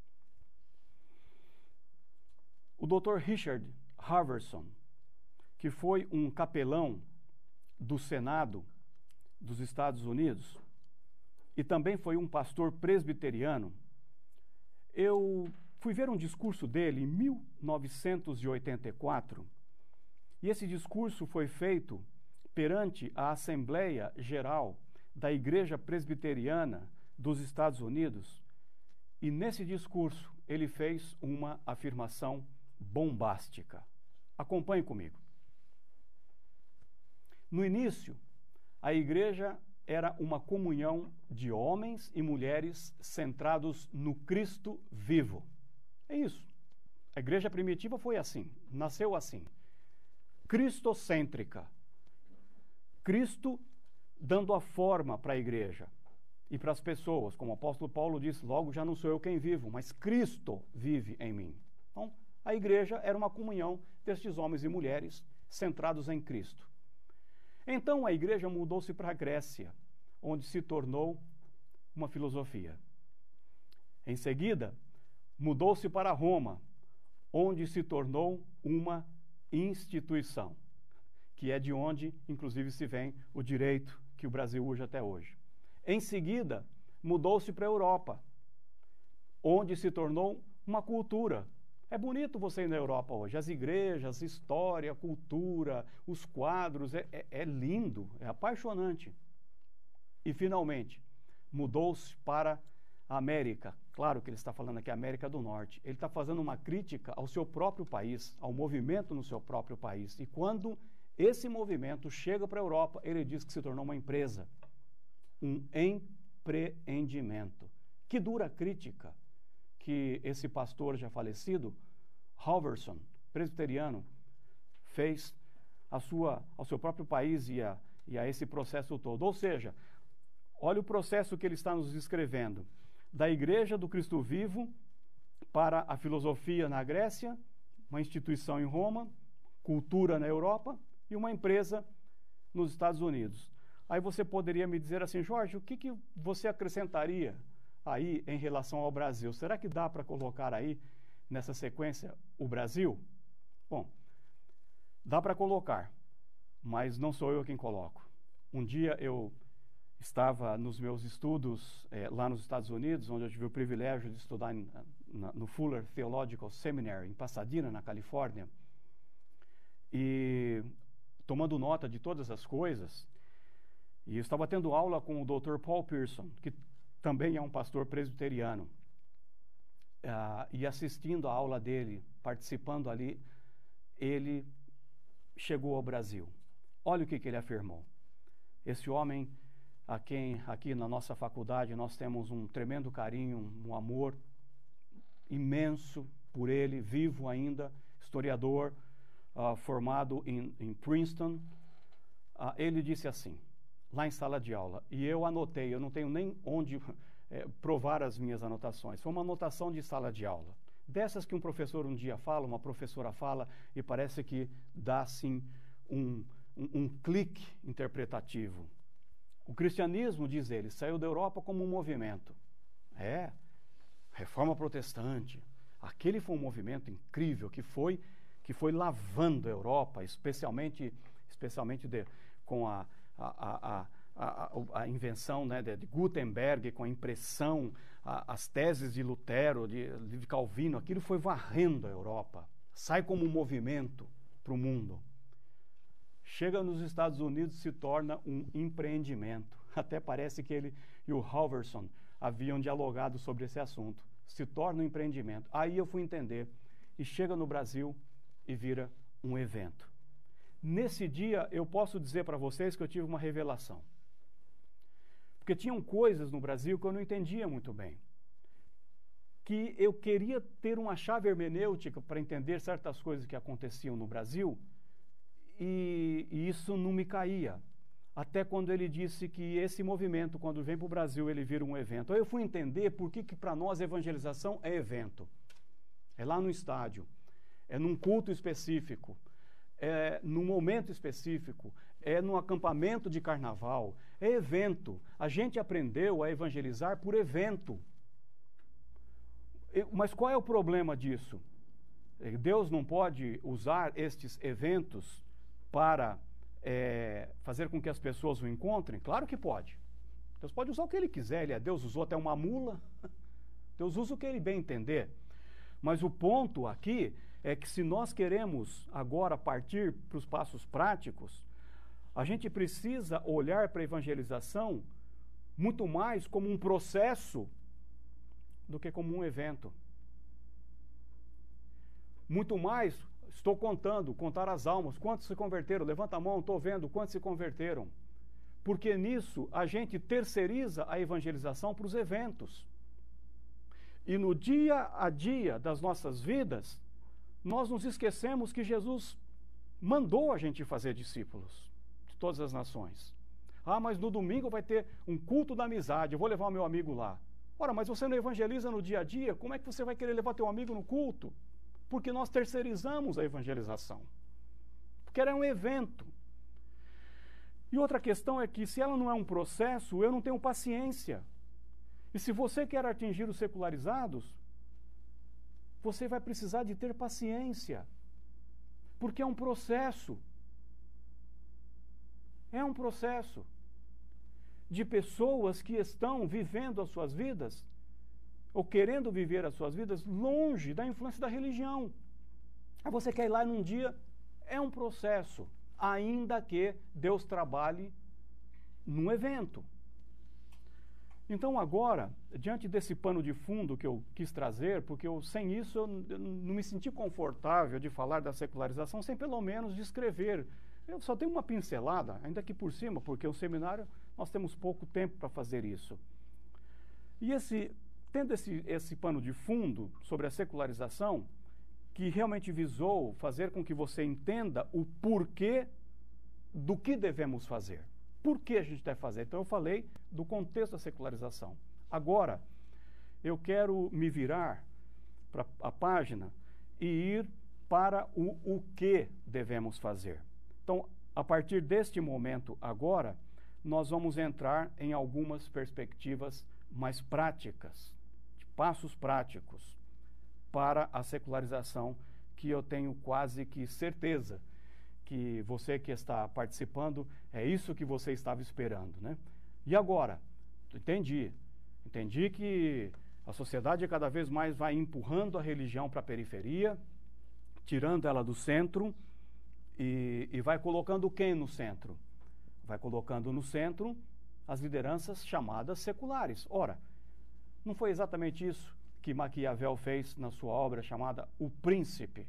O doutor Richard Haverson, que foi um capelão do Senado dos Estados Unidos e também foi um pastor presbiteriano, eu fui ver um discurso dele em mil novecentos e oitenta e quatro, e esse discurso foi feito perante a Assembleia Geral da Igreja Presbiteriana dos Estados Unidos, e nesse discurso ele fez uma afirmação bombástica. Acompanhe comigo. No início, a igreja era uma comunhão de homens e mulheres centrados no Cristo vivo. É isso. A igreja primitiva foi assim, nasceu assim. Cristocêntrica. Cristo dando a forma para a igreja e para as pessoas. Como o apóstolo Paulo disse: logo já não sou eu quem vivo, mas Cristo vive em mim. Então, a igreja era uma comunhão destes homens e mulheres centrados em Cristo. Então a igreja mudou-se para a Grécia, onde se tornou uma filosofia. Em seguida, mudou-se para Roma, onde se tornou uma instituição, que é de onde, inclusive, se vem o direito que o Brasil usa até hoje. Em seguida, mudou-se para a Europa, onde se tornou uma cultura, É bonito você ir na Europa hoje. As igrejas, história, cultura, os quadros, é, é, é lindo, é apaixonante. E, finalmente, mudou-se para a América. Claro que ele está falando aqui América do Norte. Ele está fazendo uma crítica ao seu próprio país, ao movimento no seu próprio país. E quando esse movimento chega para a Europa, ele diz que se tornou uma empresa, um empreendimento. Que dura crítica que esse pastor já falecido, Halverson, presbiteriano, fez a sua, ao seu próprio país e a, e a esse processo todo. Ou seja, olha o processo que ele está nos escrevendo. Da Igreja do Cristo Vivo para a filosofia na Grécia, uma instituição em Roma, cultura na Europa e uma empresa nos Estados Unidos. Aí você poderia me dizer assim, Jorge, o que, que você acrescentaria aí em relação ao Brasil? Será que dá para colocar aí nessa sequência o Brasil? Bom, dá para colocar, mas não sou eu quem coloco. Um dia eu estava nos meus estudos eh, lá nos Estados Unidos, onde eu tive o privilégio de estudar em, na, no Fuller Theological Seminary, em Pasadena, na Califórnia, e tomando nota de todas as coisas, e eu estava tendo aula com o doutor Paul Pearson, que também é um pastor presbiteriano, uh, e assistindo a aula dele, participando ali, ele chegou ao Brasil. Olha o que, que ele afirmou. Esse homem, a quem aqui na nossa faculdade nós temos um tremendo carinho, um amor imenso por ele, vivo ainda, historiador, uh, formado em, em Princeton, uh, ele disse assim, lá em sala de aula, e eu anotei, eu não tenho nem onde é, provar as minhas anotações, foi uma anotação de sala de aula, dessas que um professor um dia fala, uma professora fala, e parece que dá assim um, um, um clique interpretativo. O cristianismo, diz ele, saiu da Europa como um movimento. É, reforma protestante, aquele foi um movimento incrível que foi, que foi lavando a Europa, especialmente, especialmente de, com a A, a, a, a, a invenção, né, de, de Gutenberg, com a impressão, a, as teses de Lutero, de, de Calvino, aquilo foi varrendo a Europa, sai como um movimento para o mundo. Chega nos Estados Unidos e se torna um empreendimento. Até parece que ele e o Halverson haviam dialogado sobre esse assunto. Se torna um empreendimento. Aí eu fui entender, e chega no Brasil e vira um evento. Nesse dia, eu posso dizer para vocês que eu tive uma revelação. Porque tinham coisas no Brasil que eu não entendia muito bem. Que eu queria ter uma chave hermenêutica para entender certas coisas que aconteciam no Brasil, e, e isso não me caía. Até quando ele disse que esse movimento, quando vem para o Brasil, ele vira um evento. Aí eu fui entender por que, que para nós evangelização é evento. É lá no estádio, é num culto específico, é num momento específico, é num acampamento de carnaval, é evento. A gente aprendeu a evangelizar por evento. Mas qual é o problema disso? Deus não pode usar estes eventos para é, fazer com que as pessoas o encontrem? Claro que pode. Deus pode usar o que Ele quiser. Ele é Deus, usou até uma mula. Deus usa o que Ele bem entender. Mas o ponto aqui é que se nós queremos agora partir para os passos práticos, a gente precisa olhar para a evangelização muito mais como um processo do que como um evento. Muito mais, estou contando, contar as almas, quantos se converteram, levanta a mão, estou vendo quantos se converteram. Porque nisso a gente terceiriza a evangelização para os eventos. E no dia a dia das nossas vidas, nós nos esquecemos que Jesus mandou a gente fazer discípulos de todas as nações. Ah, mas no domingo vai ter um culto da amizade, eu vou levar o meu amigo lá. Ora, mas você não evangeliza no dia a dia, como é que você vai querer levar teu amigo no culto? Porque nós terceirizamos a evangelização. Porque era um evento. E outra questão é que se ela não é um processo, eu não tenho paciência. E se você quer atingir os secularizados, você vai precisar de ter paciência, porque é um processo. É um processo de pessoas que estão vivendo as suas vidas ou querendo viver as suas vidas longe da influência da religião. Aí você quer ir lá num dia, é um processo, ainda que Deus trabalhe num evento. Então agora, diante desse pano de fundo que eu quis trazer, porque eu, sem isso eu, eu não me senti confortável de falar da secularização, sem pelo menos descrever. Eu só tenho uma pincelada, ainda que por cima, porque o seminário nós temos pouco tempo para fazer isso. E esse, tendo esse, esse pano de fundo sobre a secularização, que realmente visou fazer com que você entenda o porquê do que devemos fazer. Por que a gente deve fazer? Então eu falei do contexto da secularização. Agora, eu quero me virar para a página e ir para o, o que devemos fazer. Então, a partir deste momento agora, nós vamos entrar em algumas perspectivas mais práticas, de passos práticos para a secularização, que eu tenho quase que certeza que você que está participando, é isso que você estava esperando, né? E agora? Entendi. Entendi que a sociedade cada vez mais vai empurrando a religião para a periferia, tirando ela do centro e, e vai colocando quem no centro? Vai colocando no centro as lideranças chamadas seculares. Ora, não foi exatamente isso que Maquiavel fez na sua obra chamada O Príncipe?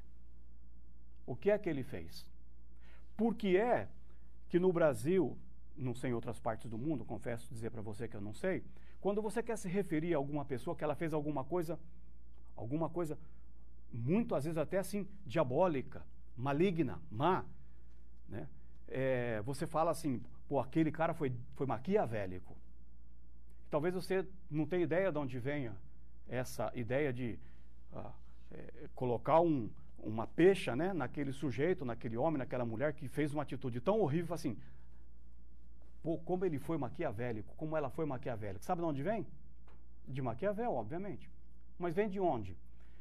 O que é que ele fez? Por que é que no Brasil, não sei em outras partes do mundo, confesso dizer para você que eu não sei, quando você quer se referir a alguma pessoa que ela fez alguma coisa, alguma coisa, muito às vezes até assim, diabólica, maligna, má, né? É, você fala assim, pô, aquele cara foi, foi maquiavélico. Talvez você não tenha ideia de onde venha essa ideia de ah, é, colocar um, uma pecha, né, naquele sujeito, naquele homem, naquela mulher que fez uma atitude tão horrível, assim, pô, como ele foi maquiavélico, como ela foi maquiavélica. Sabe de onde vem? De Maquiavel, obviamente. Mas vem de onde?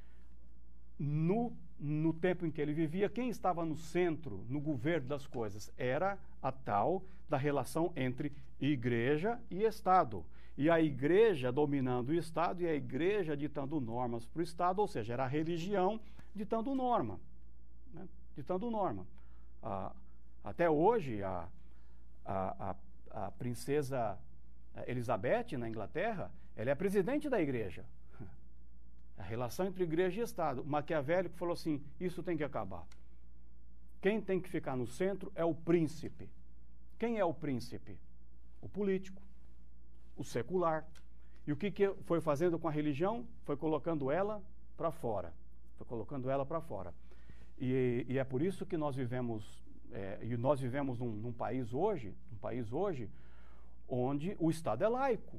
No, no tempo em que ele vivia, quem estava no centro, no governo das coisas, era a tal da relação entre igreja e Estado. E a igreja dominando o Estado e a igreja ditando normas para o Estado, ou seja, era a religião ditando norma. Né? Ditando norma. Ah, até hoje, a, a, a, a princesa Elizabeth, na Inglaterra, ela é a presidente da igreja. A relação entre igreja e Estado. O Maquiavélico falou assim, isso tem que acabar. Quem tem que ficar no centro é o príncipe. Quem é o príncipe? O político, o secular. E o que, que foi fazendo com a religião? Foi colocando ela para fora. Foi colocando ela para fora. E, e é por isso que nós vivemos, é, e nós vivemos num, num país hoje, um país hoje, onde o Estado é laico.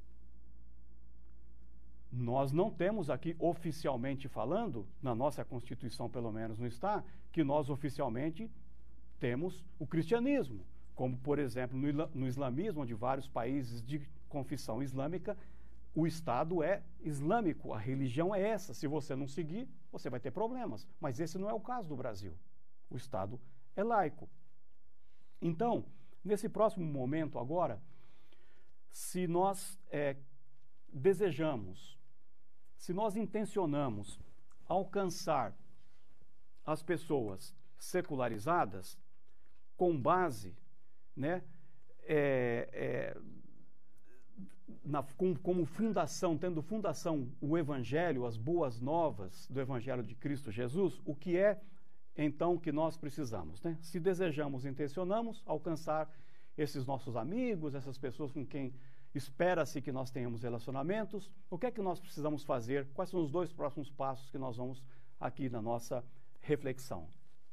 Nós não temos aqui, oficialmente falando, na nossa Constituição pelo menos não está, que nós oficialmente temos o cristianismo. Como, por exemplo, no, no islamismo, onde vários países de confissão islâmica, o Estado é islâmico, a religião é essa. Se você não seguir, você vai ter problemas. Mas esse não é o caso do Brasil. O Estado é laico. Então, nesse próximo momento agora, se nós é, desejamos, se nós intencionamos alcançar as pessoas secularizadas com base, né, é, é, na, com, como fundação, tendo fundação o Evangelho, as boas novas do Evangelho de Cristo Jesus, o que é então que nós precisamos, né? Se desejamos, intencionamos alcançar esses nossos amigos, essas pessoas com quem espera-se que nós tenhamos relacionamentos, o que é que nós precisamos fazer? Quais são os dois próximos passos que nós vamos aqui na nossa reflexão?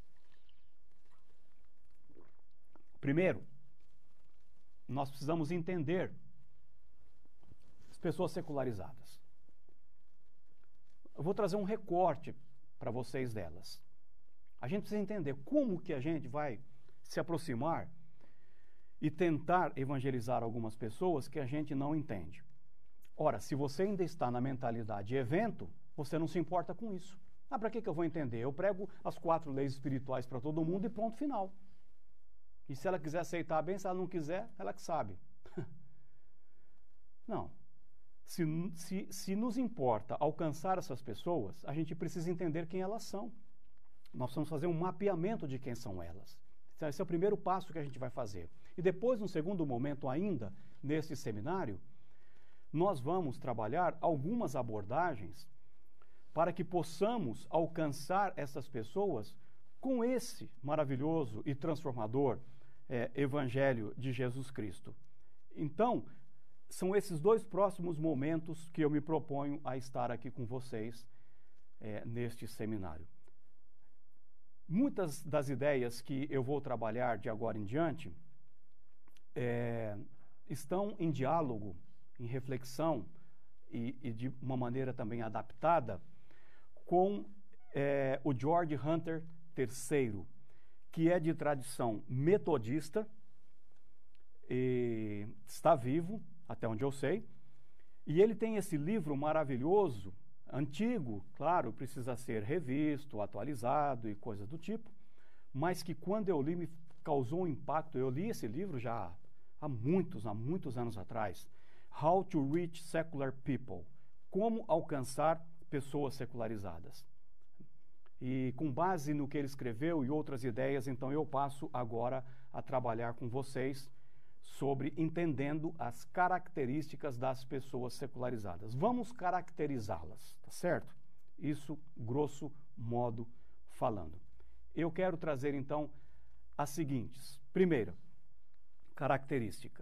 Primeiro, nós precisamos entender as pessoas secularizadas. Eu vou trazer um recorte para vocês delas. A gente precisa entender como que a gente vai se aproximar e tentar evangelizar algumas pessoas que a gente não entende. Ora, se você ainda está na mentalidade de evento, você não se importa com isso. Ah, para que, que eu vou entender? Eu prego as quatro leis espirituais para todo mundo e ponto final. E se ela quiser aceitar bem, se ela não quiser, ela que sabe. Não. Se, se, se nos importa alcançar essas pessoas, a gente precisa entender quem elas são. Nós vamos fazer um mapeamento de quem são elas. Então, esse é o primeiro passo que a gente vai fazer. E depois, no segundo momento ainda, nesse seminário, nós vamos trabalhar algumas abordagens para que possamos alcançar essas pessoas com esse maravilhoso e transformador é, Evangelho de Jesus Cristo. Então, são esses dois próximos momentos que eu me proponho a estar aqui com vocês é, neste seminário. Muitas das ideias que eu vou trabalhar de agora em diante é, estão em diálogo, em reflexão e, e de uma maneira também adaptada com é, o George Hunter terceiro, que é de tradição metodista, e está vivo, até onde eu sei, e ele tem esse livro maravilhoso, antigo, claro, precisa ser revisto, atualizado e coisas do tipo, mas que quando eu li me causou um impacto. Eu li esse livro já há muitos, há muitos anos atrás. How to Reach Secular People. Como alcançar pessoas secularizadas. E com base no que ele escreveu e outras ideias, então eu passo agora a trabalhar com vocês sobre entendendo as características das pessoas secularizadas. Vamos caracterizá-las, tá certo? Isso, grosso modo falando. Eu quero trazer, então, as seguintes. Primeira, característica.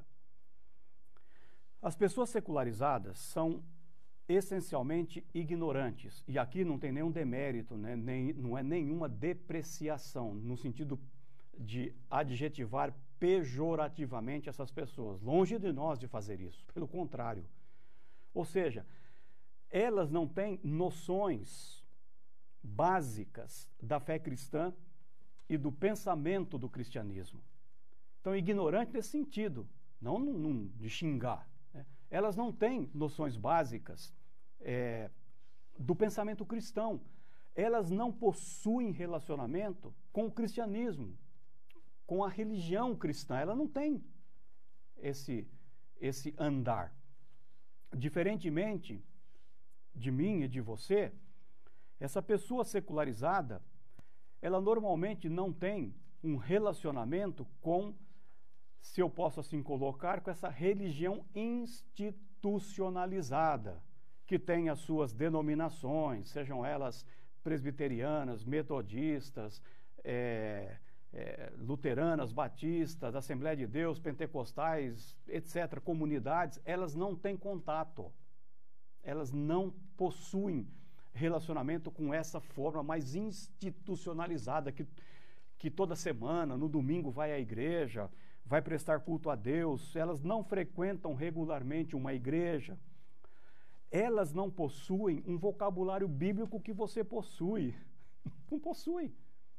As pessoas secularizadas são essencialmente ignorantes. E aqui não tem nenhum demérito, né? Nem, não é nenhuma depreciação, no sentido de adjetivar pejorativamente essas pessoas. Longe de nós de fazer isso, pelo contrário. Ou seja, elas não têm noções básicas da fé cristã e do pensamento do cristianismo. Então, ignorante nesse sentido, não num, num, de xingar. Né? Elas não têm noções básicas é, do pensamento cristão. Elas não possuem relacionamento com o cristianismo, com a religião cristã. Ela não tem esse, esse andar. Diferentemente de mim e de você, essa pessoa secularizada, ela normalmente não tem um relacionamento com, se eu posso assim colocar, com essa religião institucionalizada, que tem as suas denominações, sejam elas presbiterianas, metodistas, é, É, luteranas, batistas, Assembleia de Deus, pentecostais, etcétera, comunidades, elas não têm contato. Elas não possuem relacionamento com essa forma mais institucionalizada, que, que toda semana, no domingo, vai à igreja, vai prestar culto a Deus. Elas não frequentam regularmente uma igreja. Elas não possuem um vocabulário bíblico que você possui. Não possuem.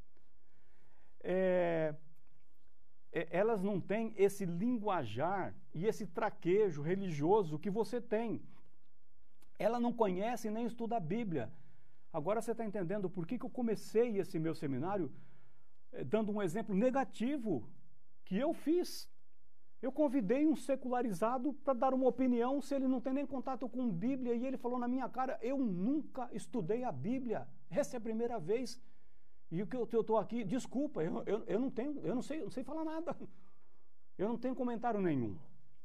É, elas não têm esse linguajar e esse traquejo religioso que você tem. Ela não conhece nem estuda a Bíblia. Agora você está entendendo por que, que eu comecei esse meu seminário eh, dando um exemplo negativo que eu fiz. Eu convidei um secularizado para dar uma opinião se ele não tem nem contato com Bíblia, e ele falou na minha cara: eu nunca estudei a Bíblia, essa é a primeira vez. E o que eu estou aqui, desculpa, eu, eu, eu não tenho, eu não sei, eu não sei falar nada. Eu não tenho comentário nenhum.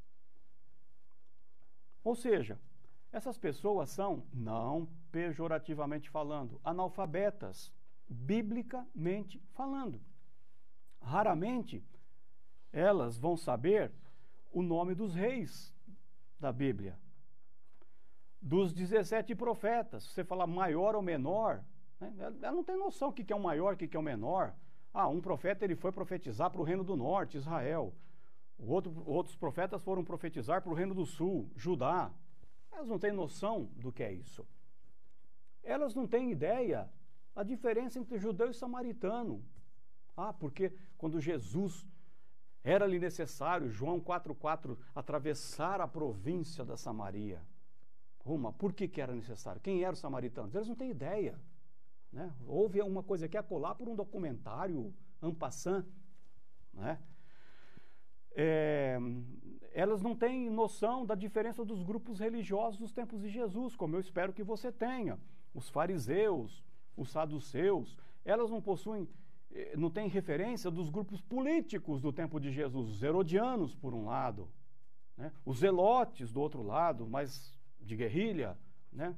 Ou seja, essas pessoas são, não pejorativamente falando, analfabetas, biblicamente falando. Raramente elas vão saber o nome dos reis da Bíblia. Dos dezessete profetas, se você falar maior ou menor, ela não tem noção do que é o maior, o que é o menor. Ah, um profeta ele foi profetizar para o reino do norte, Israel. O outro, outros profetas foram profetizar para o reino do sul, Judá. Elas não têm noção do que é isso. Elas não têm ideia da diferença entre judeu e samaritano. Ah, porque quando Jesus era-lhe necessário, João quatro, quatro, atravessar a província da Samaria. Uma, por que, que era necessário? Quem eram os samaritanos? Eles não têm ideia. Né? Houve uma coisa aqui a colar por um documentário en passant, né? É, elas não têm noção da diferença dos grupos religiosos dos tempos de Jesus, como eu espero que você tenha. Os fariseus, os saduceus, elas não possuem, não têm referência dos grupos políticos do tempo de Jesus, os herodianos, por um lado, né? Os zelotes, do outro lado, mas de guerrilha, né?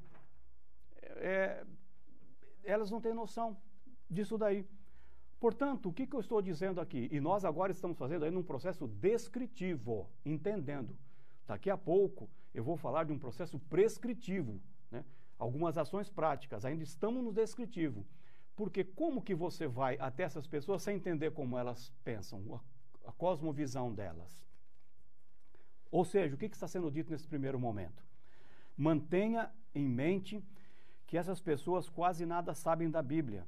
É, elas não têm noção disso daí. Portanto, o que, que eu estou dizendo aqui? E nós agora estamos fazendo aí num processo descritivo, entendendo. Daqui a pouco eu vou falar de um processo prescritivo, né? Algumas ações práticas, ainda estamos no descritivo. Porque como que você vai até essas pessoas sem entender como elas pensam, a, a cosmovisão delas? Ou seja, o que, que está sendo dito nesse primeiro momento? Mantenha em mente que essas pessoas quase nada sabem da Bíblia.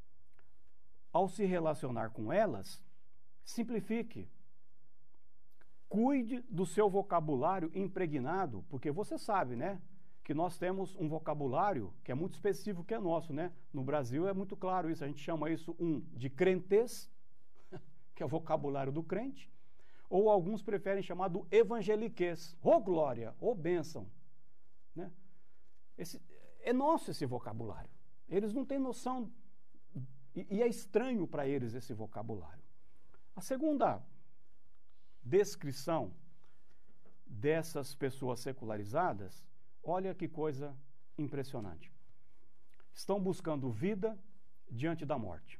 Ao se relacionar com elas, simplifique. Cuide do seu vocabulário impregnado, porque você sabe, né, que nós temos um vocabulário que é muito específico que é nosso, né? No Brasil é muito claro isso, a gente chama isso um de crentez, que é o vocabulário do crente, ou alguns preferem chamar do evangeliquez, ô glória, ô bênção, né? Esse, é nosso esse vocabulário. Eles não têm noção, e, e é estranho para eles esse vocabulário. A segunda descrição dessas pessoas secularizadas, olha que coisa impressionante. Estão buscando vida diante da morte.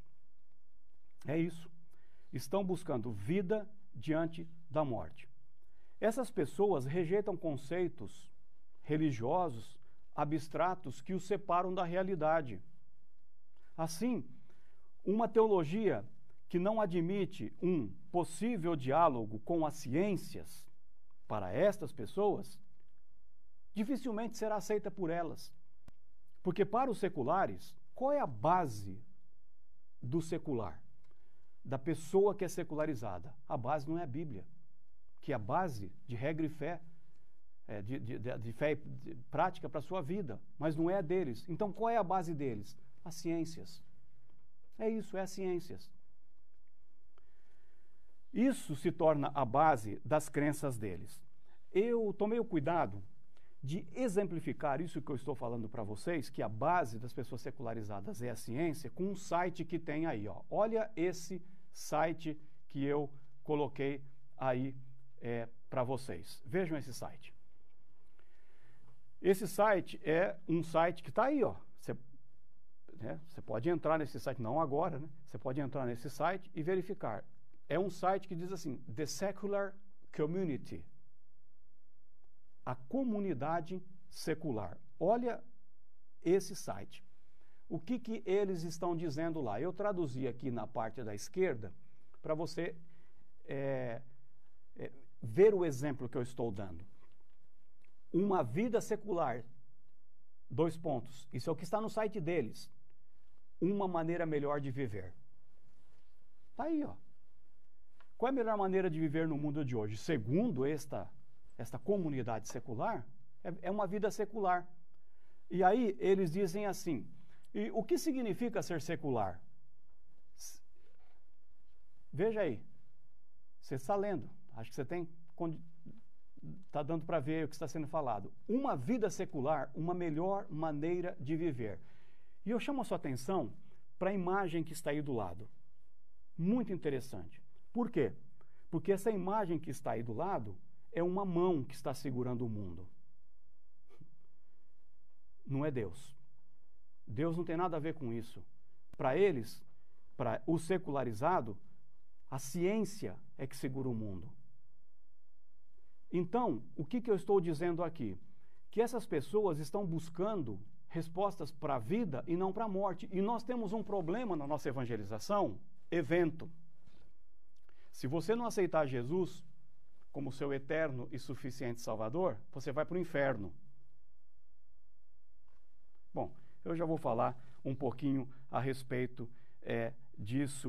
É isso. Estão buscando vida diante da morte. Essas pessoas rejeitam conceitos religiosos abstratos que os separam da realidade. Assim, uma teologia que não admite um possível diálogo com as ciências, para estas pessoas, dificilmente será aceita por elas. Porque para os seculares, qual é a base do secular? Da pessoa que é secularizada? A base não é a Bíblia, que é a base de regra e fé, é, de, de, de fé de prática para a sua vida, mas não é a deles. Então qual é a base deles? As ciências. É isso, é as ciências. Isso se torna a base das crenças deles. Eu tomei o cuidado de exemplificar isso que eu estou falando para vocês, que a base das pessoas secularizadas é a ciência, com um site que tem aí, ó. Olha esse site que eu coloquei aí é, para vocês. Vejam esse site. Esse site é um site que está aí, ó. Você, né, você pode entrar nesse site, não agora, né? Você pode entrar nesse site e verificar. É um site que diz assim, The Secular Community. A comunidade secular. Olha esse site. O que, que eles estão dizendo lá? Eu traduzi aqui na parte da esquerda para você é, é, ver o exemplo que eu estou dando. Uma vida secular, dois pontos. Isso é o que está no site deles. Uma maneira melhor de viver. Está aí, ó. Qual é a melhor maneira de viver no mundo de hoje? Segundo esta esta comunidade secular, é, é uma vida secular. E aí eles dizem assim, e o que significa ser secular? Veja aí, você está lendo, acho que você tem, está dando para ver o que está sendo falado. Uma vida secular, uma melhor maneira de viver. E eu chamo a sua atenção para a imagem que está aí do lado. Muito interessante. Por quê? Porque essa imagem que está aí do lado é uma mão que está segurando o mundo. Não é Deus. Deus não tem nada a ver com isso. Para eles, para o secularizado, a ciência é que segura o mundo. Então, o que, que eu estou dizendo aqui? Que essas pessoas estão buscando respostas para a vida e não para a morte. E nós temos um problema na nossa evangelização, evento. Se você não aceitar Jesus como seu eterno e suficiente Salvador, você vai para o inferno. Bom, eu já vou falar um pouquinho a respeito é, disso.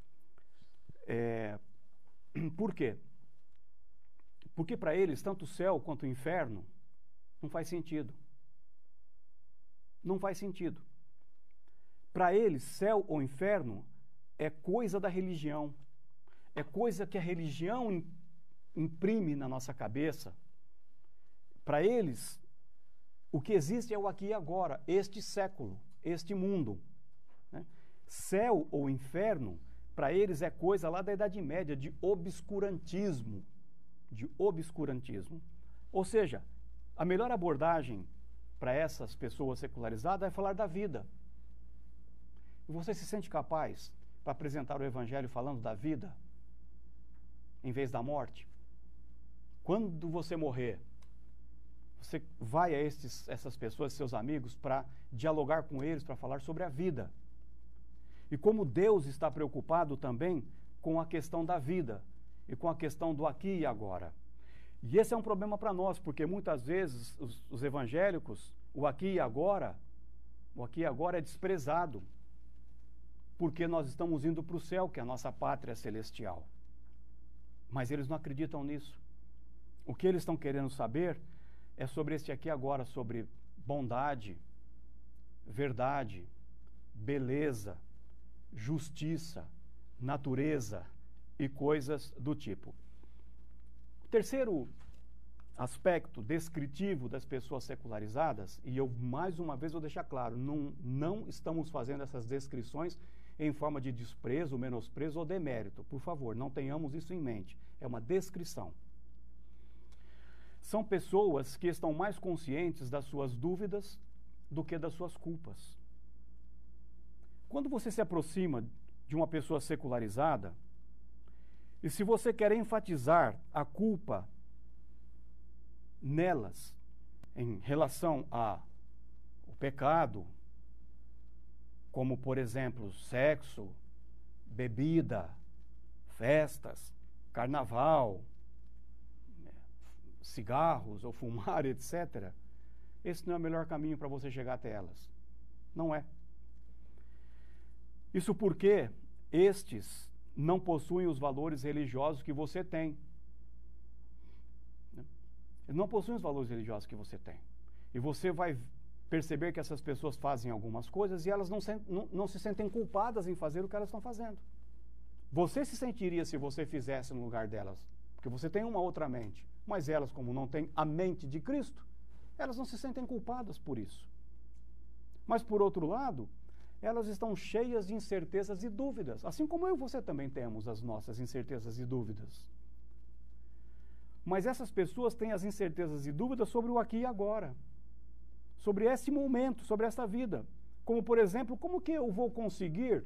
É, por quê? Porque para eles, tanto o céu quanto o inferno, não faz sentido. Não faz sentido. Para eles, céu ou inferno é coisa da religião. É coisa que a religião imprime na nossa cabeça, para eles, o que existe é o aqui e agora, este século, este mundo. Né? Céu ou inferno, para eles é coisa lá da Idade Média, de obscurantismo. De obscurantismo. Ou seja, a melhor abordagem para essas pessoas secularizadas é falar da vida. E você se sente capaz para apresentar o Evangelho falando da vida, em vez da morte? Quando você morrer, você vai a estes, essas pessoas, seus amigos, para dialogar com eles, para falar sobre a vida. E como Deus está preocupado também com a questão da vida e com a questão do aqui e agora. E esse é um problema para nós, porque muitas vezes os, os evangélicos, o aqui e agora, o aqui e agora é desprezado, porque nós estamos indo para o céu, que é a nossa pátria celestial. Mas eles não acreditam nisso. O que eles estão querendo saber é sobre este aqui e agora, sobre bondade, verdade, beleza, justiça, natureza e coisas do tipo. O terceiro aspecto descritivo das pessoas secularizadas, e eu mais uma vez vou deixar claro, não, não estamos fazendo essas descrições em forma de desprezo, menosprezo ou demérito. Por favor, não tenhamos isso em mente. É uma descrição. São pessoas que estão mais conscientes das suas dúvidas do que das suas culpas. Quando você se aproxima de uma pessoa secularizada, e se você quer enfatizar a culpa nelas, em relação ao pecado, como, por exemplo, sexo, bebida, festas, carnaval, cigarros ou fumar, etcétera, esse não é o melhor caminho para você chegar até elas. Não é. Isso porque estes não possuem os valores religiosos que você tem. Eles não possuem os valores religiosos que você tem. E você vai perceber que essas pessoas fazem algumas coisas e elas não se, não, não se sentem culpadas em fazer o que elas estão fazendo. Você se sentiria se você fizesse no lugar delas, porque você tem uma outra mente. Mas elas, como não têm a mente de Cristo, elas não se sentem culpadas por isso. Mas, por outro lado, elas estão cheias de incertezas e dúvidas, assim como eu e você também temos as nossas incertezas e dúvidas. Mas essas pessoas têm as incertezas e dúvidas sobre o aqui e agora, sobre esse momento, sobre esta vida. Como, por exemplo, como que eu vou conseguir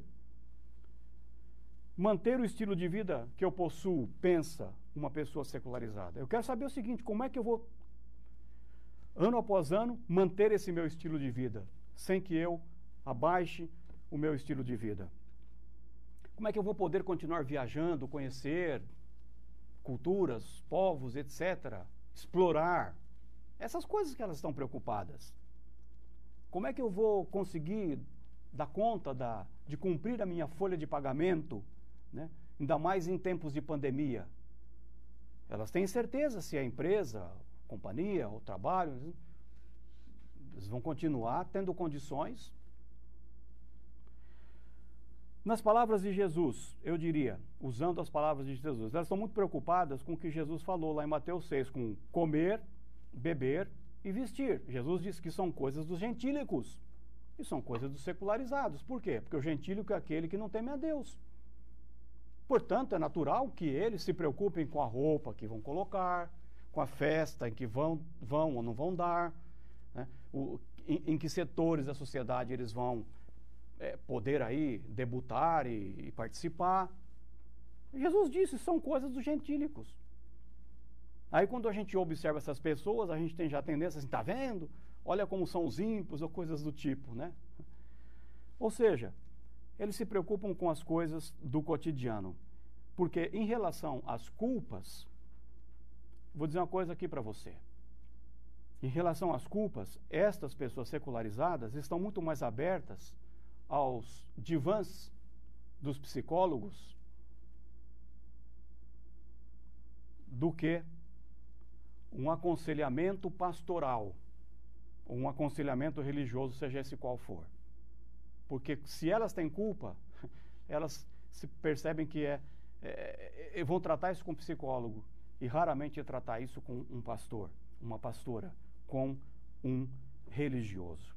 manter o estilo de vida que eu possuo, pensa uma pessoa secularizada? Eu quero saber o seguinte, como é que eu vou, ano após ano, manter esse meu estilo de vida, sem que eu abaixe o meu estilo de vida? Como é que eu vou poder continuar viajando, conhecer culturas, povos, etcétera, explorar essas coisas que elas estão preocupadas? Como é que eu vou conseguir dar conta da, de cumprir a minha folha de pagamento, né? Ainda mais em tempos de pandemia? Elas têm certeza se a empresa, a companhia, o trabalho, eles vão continuar tendo condições. Nas palavras de Jesus, eu diria, usando as palavras de Jesus, elas estão muito preocupadas com o que Jesus falou lá em Mateus seis, com comer, beber e vestir. Jesus disse que são coisas dos gentílicos e são coisas dos secularizados. Por quê? Porque o gentílico é aquele que não teme a Deus. Portanto, é natural que eles se preocupem com a roupa que vão colocar, com a festa em que vão, vão ou não vão dar, né? o, em, em que setores da sociedade eles vão é, poder aí debutar e, e participar. Jesus disse, são coisas dos gentílicos. Aí quando a gente observa essas pessoas, a gente tem já a tendência assim, tá vendo? Olha como são os ímpios ou coisas do tipo, né? Ou seja, eles se preocupam com as coisas do cotidiano. Porque em relação às culpas, vou dizer uma coisa aqui para você. Em relação às culpas, estas pessoas secularizadas estão muito mais abertas aos divãs dos psicólogos do que um aconselhamento pastoral, ou um aconselhamento religioso, seja esse qual for. Porque se elas têm culpa, elas se percebem que é, é, é vão tratar isso com o psicólogo. e raramente tratar isso com um pastor, uma pastora, com um religioso.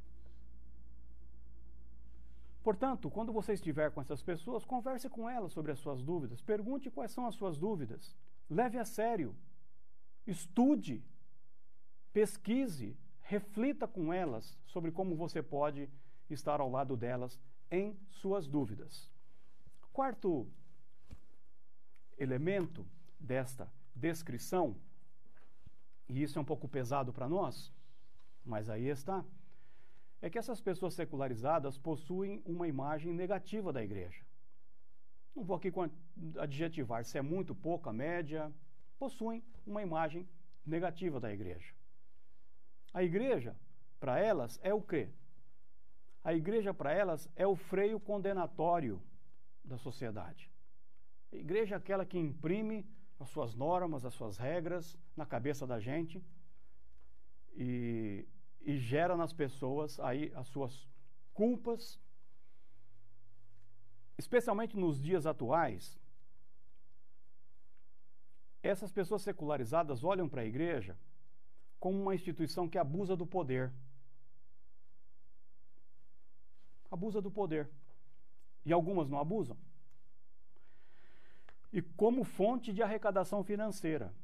Portanto, quando você estiver com essas pessoas, converse com elas sobre as suas dúvidas, pergunte quais são as suas dúvidas, leve a sério, estude, pesquise, reflita com elas sobre como você pode estar ao lado delas em suas dúvidas. Quarto elemento desta descrição, e isso é um pouco pesado para nós, mas aí está, é que essas pessoas secularizadas possuem uma imagem negativa da igreja. Não vou aqui adjetivar se é muito, pouca, média, possuem uma imagem negativa da igreja. A igreja, para elas, é o quê? A igreja, para elas, é o freio condenatório da sociedade. A igreja é aquela que imprime as suas normas, as suas regras na cabeça da gente e, e gera nas pessoas aí as suas culpas. Especialmente nos dias atuais, essas pessoas secularizadas olham para a igreja como uma instituição que abusa do poder. Abusa do poder. E algumas não abusam. E como fonte de arrecadação financeira.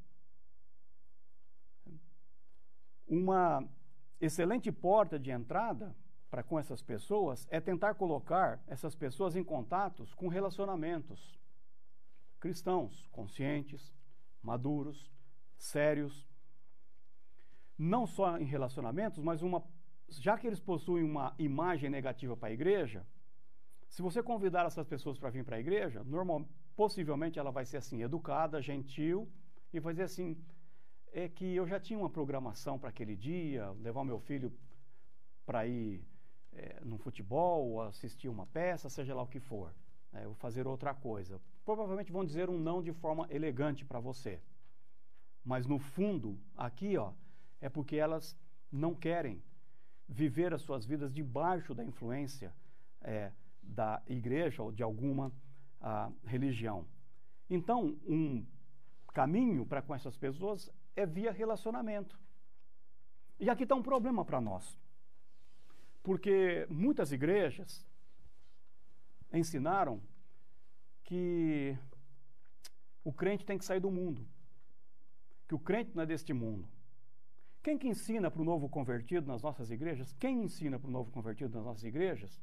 Uma excelente porta de entrada para com essas pessoas é tentar colocar essas pessoas em contatos com relacionamentos cristãos, conscientes, maduros, sérios. Não só em relacionamentos, mas uma, já que eles possuem uma imagem negativa para a igreja, se você convidar essas pessoas para vir para a igreja, normal, possivelmente ela vai ser assim, educada, gentil, e vai dizer assim, é que eu já tinha uma programação para aquele dia, levar o meu filho para ir é, no futebol, assistir uma peça, seja lá o que for, é, ou fazer outra coisa. Provavelmente vão dizer um não de forma elegante para você. Mas no fundo, aqui, ó, é porque elas não querem viver as suas vidas debaixo da influência é, da igreja ou de alguma a, religião. Então, um caminho para com essas pessoas é via relacionamento. E aqui está um problema para nós. Porque muitas igrejas ensinaram que o crente tem que sair do mundo. Que o crente não é deste mundo. Quem que ensina para o novo convertido nas nossas igrejas? Quem ensina para o novo convertido nas nossas igrejas?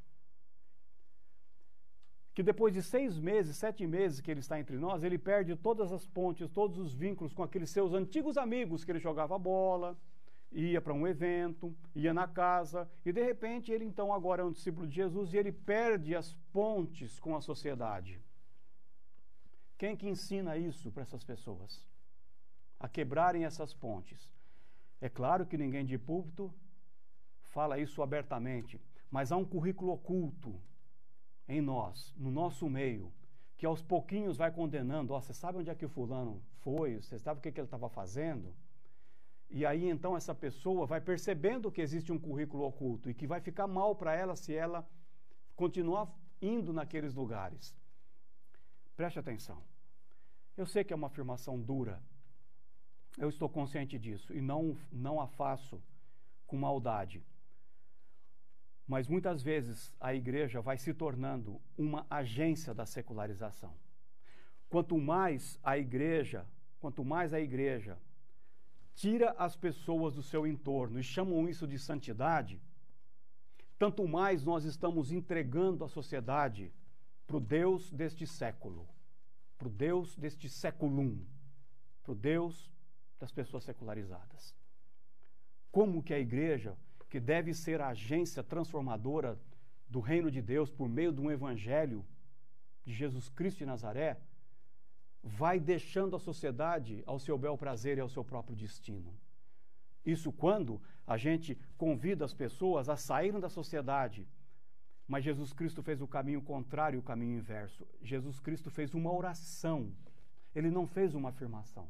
Que depois de seis meses, sete meses que ele está entre nós, ele perde todas as pontes, todos os vínculos com aqueles seus antigos amigos que ele jogava bola, ia para um evento, ia na casa, e de repente ele então agora é um discípulo de Jesus e ele perde as pontes com a sociedade. Quem que ensina isso para essas pessoas? A quebrarem essas pontes. É claro que ninguém de púlpito fala isso abertamente, mas há um currículo oculto em nós, no nosso meio, que aos pouquinhos vai condenando. Ó, você sabe onde é que o fulano foi? Você sabe o que, que ele estava fazendo? E aí então essa pessoa vai percebendo que existe um currículo oculto e que vai ficar mal para ela se ela continuar indo naqueles lugares. Preste atenção. Eu sei que é uma afirmação dura. Eu estou consciente disso e não, não a faço com maldade. Mas muitas vezes a igreja vai se tornando uma agência da secularização. Quanto mais a igreja, quanto mais a igreja tira as pessoas do seu entorno e chamam isso de santidade, tanto mais nós estamos entregando a sociedade para o Deus deste século, para o Deus deste séculum, para o Deus das pessoas secularizadas. Como que a igreja, que deve ser a agência transformadora do reino de Deus por meio de um evangelho de Jesus Cristo de Nazaré, vai deixando a sociedade ao seu bel prazer e ao seu próprio destino. Isso quando a gente convida as pessoas a saírem da sociedade, mas Jesus Cristo fez o caminho contrário, o caminho inverso. Jesus Cristo fez uma oração, ele não fez uma afirmação.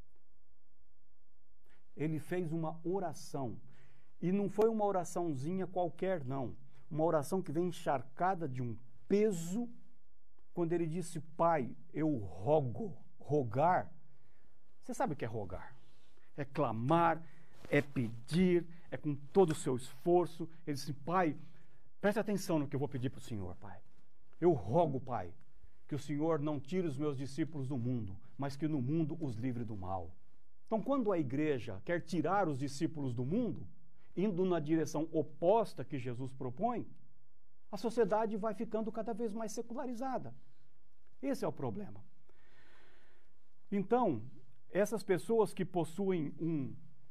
Ele fez uma oração. E não foi uma oraçãozinha qualquer, não. Uma oração que vem encharcada de um peso, quando ele disse, Pai, eu rogo. Rogar Você sabe o que é rogar? É clamar, é pedir, é com todo o seu esforço. Ele disse, Pai, preste atenção no que eu vou pedir para o Senhor, Pai. Eu rogo, Pai, que o Senhor não tire os meus discípulos do mundo, mas que no mundo os livre do mal. Então, quando a igreja quer tirar os discípulos do mundo, indo na direção oposta que Jesus propõe, a sociedade vai ficando cada vez mais secularizada. Esse é o problema. Então, essas pessoas que possuem um,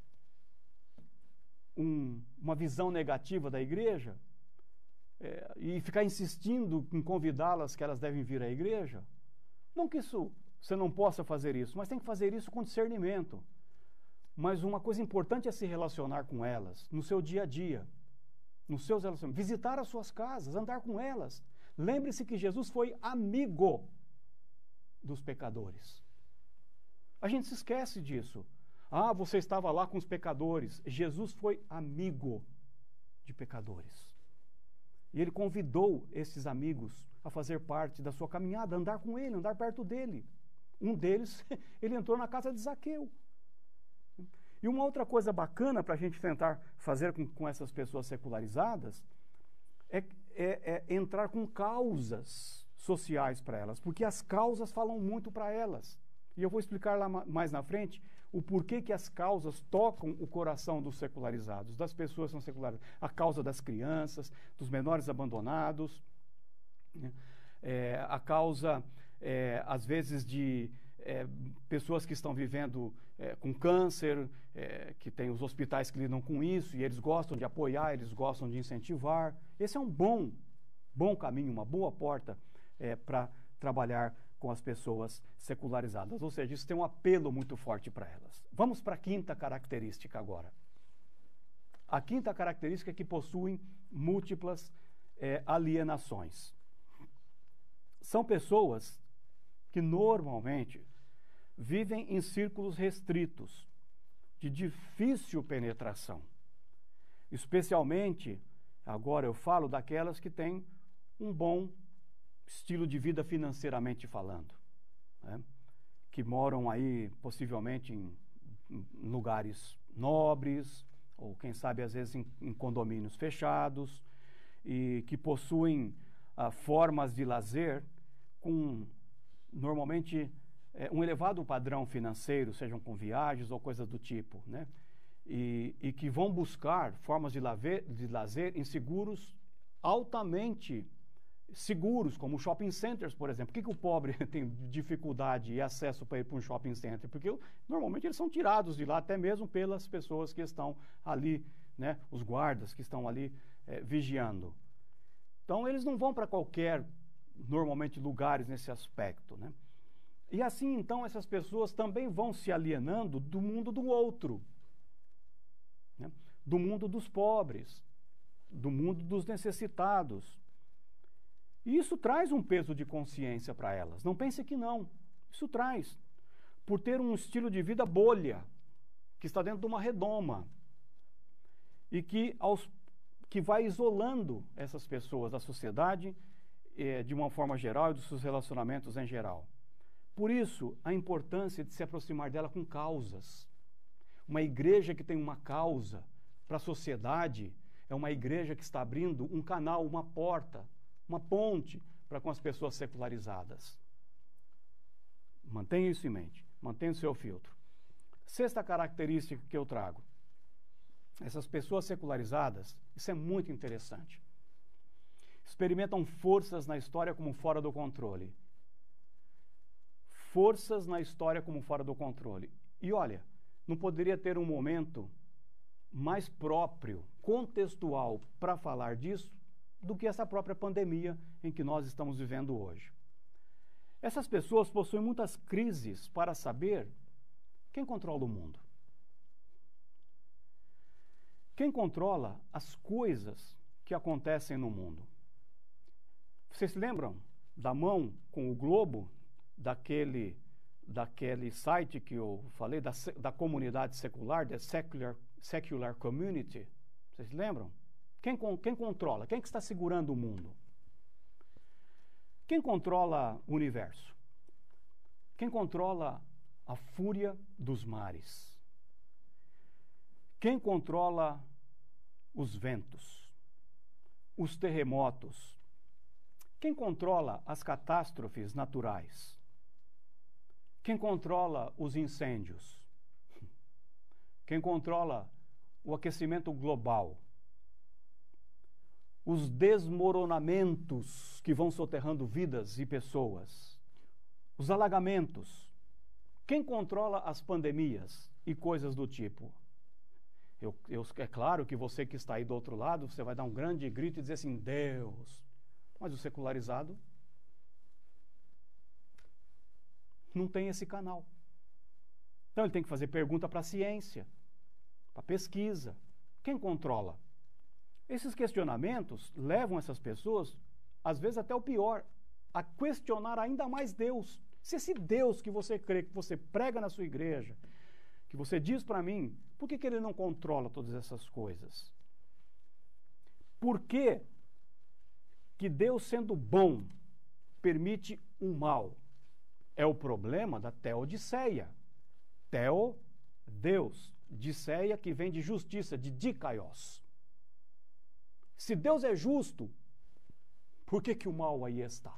um, uma visão negativa da igreja, é, e ficar insistindo em convidá-las que elas devem vir à igreja, não que isso, você não possa fazer isso, mas tem que fazer isso com discernimento. Mas uma coisa importante é se relacionar com elas, no seu dia a dia, nos seus relacionamentos, visitar as suas casas, andar com elas. Lembre-se que Jesus foi amigo dos pecadores. A gente se esquece disso. Ah, você estava lá com os pecadores. Jesus foi amigo de pecadores. E ele convidou esses amigos a fazer parte da sua caminhada, andar com ele, andar perto dele. Um deles, ele entrou na casa de Zaqueu. E uma outra coisa bacana para a gente tentar fazer com, com essas pessoas secularizadas é, é, é entrar com causas sociais para elas, porque as causas falam muito para elas. E eu vou explicar lá mais na frente o porquê que as causas tocam o coração dos secularizados, das pessoas que são secularizadas. A causa das crianças, dos menores abandonados, né? é, a causa, é, às vezes, de é, pessoas que estão vivendo é, com câncer, é, que tem os hospitais que lidam com isso, e eles gostam de apoiar, eles gostam de incentivar. Esse é um bom, bom caminho, uma boa porta é, para trabalhar com as pessoas secularizadas. Ou seja, isso tem um apelo muito forte para elas. Vamos para a quinta característica agora. A quinta característica é que possuem múltiplas é, alienações. São pessoas que normalmente vivem em círculos restritos, de difícil penetração. Especialmente, agora eu falo daquelas que têm um bom estilo de vida financeiramente falando, né? Que moram aí possivelmente em, em lugares nobres, ou quem sabe às vezes em, em condomínios fechados, e que possuem ah, formas de lazer com normalmente é, um elevado padrão financeiro, sejam com viagens ou coisas do tipo, né? E, e que vão buscar formas de, laver, de lazer em seguros altamente seguros, como shopping centers, por exemplo. Por que, que o pobre tem dificuldade e acesso para ir para um shopping center? Porque normalmente eles são tirados de lá, até mesmo pelas pessoas que estão ali, né, os guardas que estão ali é, vigiando. Então eles não vão para qualquer, normalmente, lugares nesse aspecto, né? E assim, então, essas pessoas também vão se alienando do mundo do outro, né? Do mundo dos pobres, do mundo dos necessitados. E isso traz um peso de consciência para elas. Não pense que não. Isso traz. Por ter um estilo de vida bolha, que está dentro de uma redoma. E que, aos, que vai isolando essas pessoas da sociedade, eh, de uma forma geral, e dos seus relacionamentos em geral. Por isso, a importância de se aproximar dela com causas. Uma igreja que tem uma causa para a sociedade é uma igreja que está abrindo um canal, uma porta, uma ponte para com as pessoas secularizadas. Mantenha isso em mente, mantenha o seu filtro. Sexta característica que eu trago. Essas pessoas secularizadas, isso é muito interessante, experimentam forças na história como fora do controle. Forças na história como fora do controle. E olha, não poderia ter um momento mais próprio, contextual, para falar disso, do que essa própria pandemia em que nós estamos vivendo hoje. Essas pessoas possuem muitas crises para saber quem controla o mundo. Quem controla as coisas que acontecem no mundo. Vocês se lembram da mão com o globo daquele, daquele site que eu falei, da, da comunidade secular, da secular, secular community? Vocês se lembram? Quem, quem controla? Quem que está segurando o mundo? Quem controla o universo? Quem controla a fúria dos mares? Quem controla os ventos, os terremotos? Quem controla as catástrofes naturais? Quem controla os incêndios? Quem controla o aquecimento global? Os desmoronamentos que vão soterrando vidas e pessoas? Os alagamentos? Quem controla as pandemias e coisas do tipo? Eu, eu, é claro que você que está aí do outro lado, você vai dar um grande grito e dizer assim, Deus. Mas o secularizado não tem esse canal. Então ele tem que fazer pergunta para a ciência, para a pesquisa. Quem controla? Esses questionamentos levam essas pessoas, às vezes até o pior, a questionar ainda mais Deus. Se esse Deus que você crê, que você prega na sua igreja, que você diz para mim, por que, que ele não controla todas essas coisas? Por que que Deus, sendo bom, permite o mal? É o problema da teodiceia. Teo, Deus. Diceia, que vem de justiça, de dikaios. Se Deus é justo, por que que o mal aí está?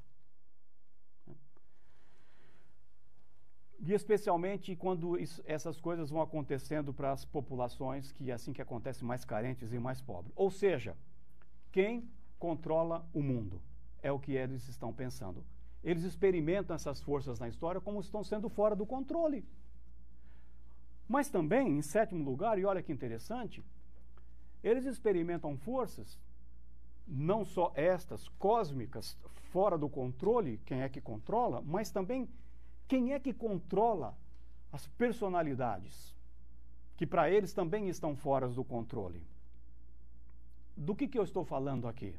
E especialmente quando isso, essas coisas vão acontecendo para as populações que é assim que acontece, mais carentes e mais pobres. Ou seja, quem controla o mundo? É o que eles estão pensando. Eles experimentam essas forças na história como estão sendo fora do controle. Mas também, em sétimo lugar, e olha que interessante, eles experimentam forças, não só estas, cósmicas, fora do controle, quem é que controla, mas também quem é que controla as personalidades, que para eles também estão fora do controle. Do que, que eu estou falando aqui?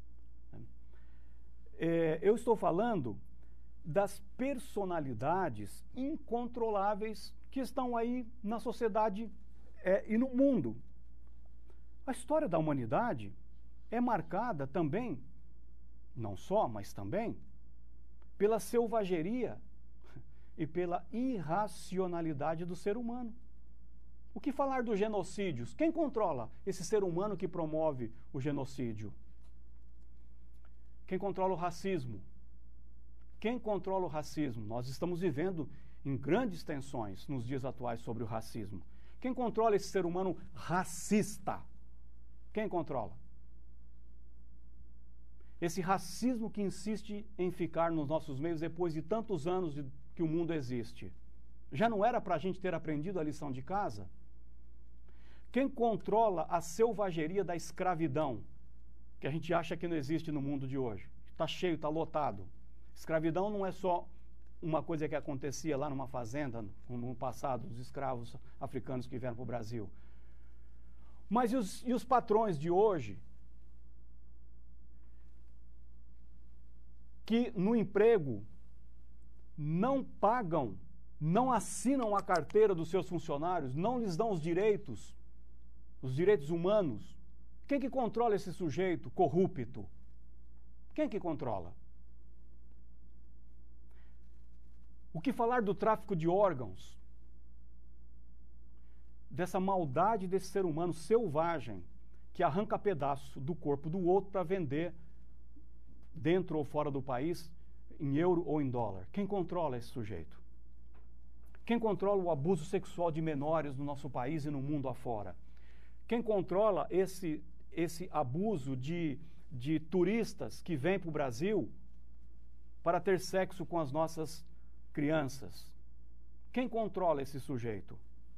É, eu estou falando das personalidades incontroláveis que estão aí na sociedade é, e no mundo. A história da humanidade é marcada também, não só, mas também, pela selvageria e pela irracionalidade do ser humano. O que falar dos genocídios? Quem controla esse ser humano que promove o genocídio? Quem controla o racismo? Quem controla o racismo? Nós estamos vivendo em grandes tensões nos dias atuais sobre o racismo. Quem controla esse ser humano racista? Quem controla? Esse racismo que insiste em ficar nos nossos meios depois de tantos anos de, que o mundo existe. Já não era para a gente ter aprendido a lição de casa? Quem controla a selvageria da escravidão, que a gente acha que não existe no mundo de hoje? Está cheio, está lotado. Escravidão não é só uma coisa que acontecia lá numa fazenda, no passado, os escravos africanos que vieram para o Brasil. Mas e os, e os patrões de hoje, que no emprego não pagam, não assinam a carteira dos seus funcionários, não lhes dão os direitos, os direitos humanos? Quem que controla esse sujeito corrupto? Quem que controla? O que falar do tráfico de órgãos? Dessa maldade desse ser humano selvagem que arranca pedaço do corpo do outro para vender dentro ou fora do país, em euro ou em dólar. Quem controla esse sujeito? Quem controla o abuso sexual de menores no nosso país e no mundo afora? Quem controla esse, esse abuso de, de turistas que vêm para o Brasil para ter sexo com as nossas crianças? Quem controla esse sujeito?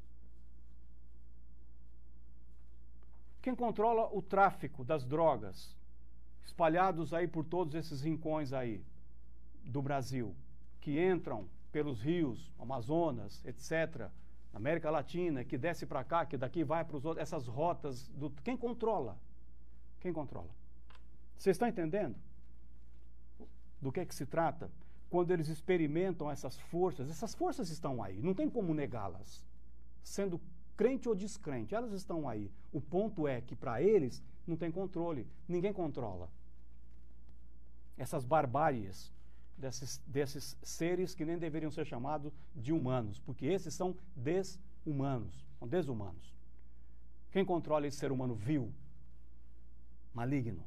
Quem controla o tráfico das drogas, espalhados aí por todos esses rincões aí do Brasil, que entram pelos rios, Amazonas, etcétera, América Latina, que desce para cá, que daqui vai para os outros, essas rotas, do... quem controla? Quem controla? Vocês estão entendendo do que é que se trata? Quando eles experimentam essas forças, essas forças estão aí, não tem como negá-las, sendo crente ou descrente, elas estão aí. O ponto é que para eles não tem controle, ninguém controla. Essas barbáries desses, desses seres que nem deveriam ser chamados de humanos, porque esses são desumanos, são desumanos. Quem controla esse ser humano vil, maligno?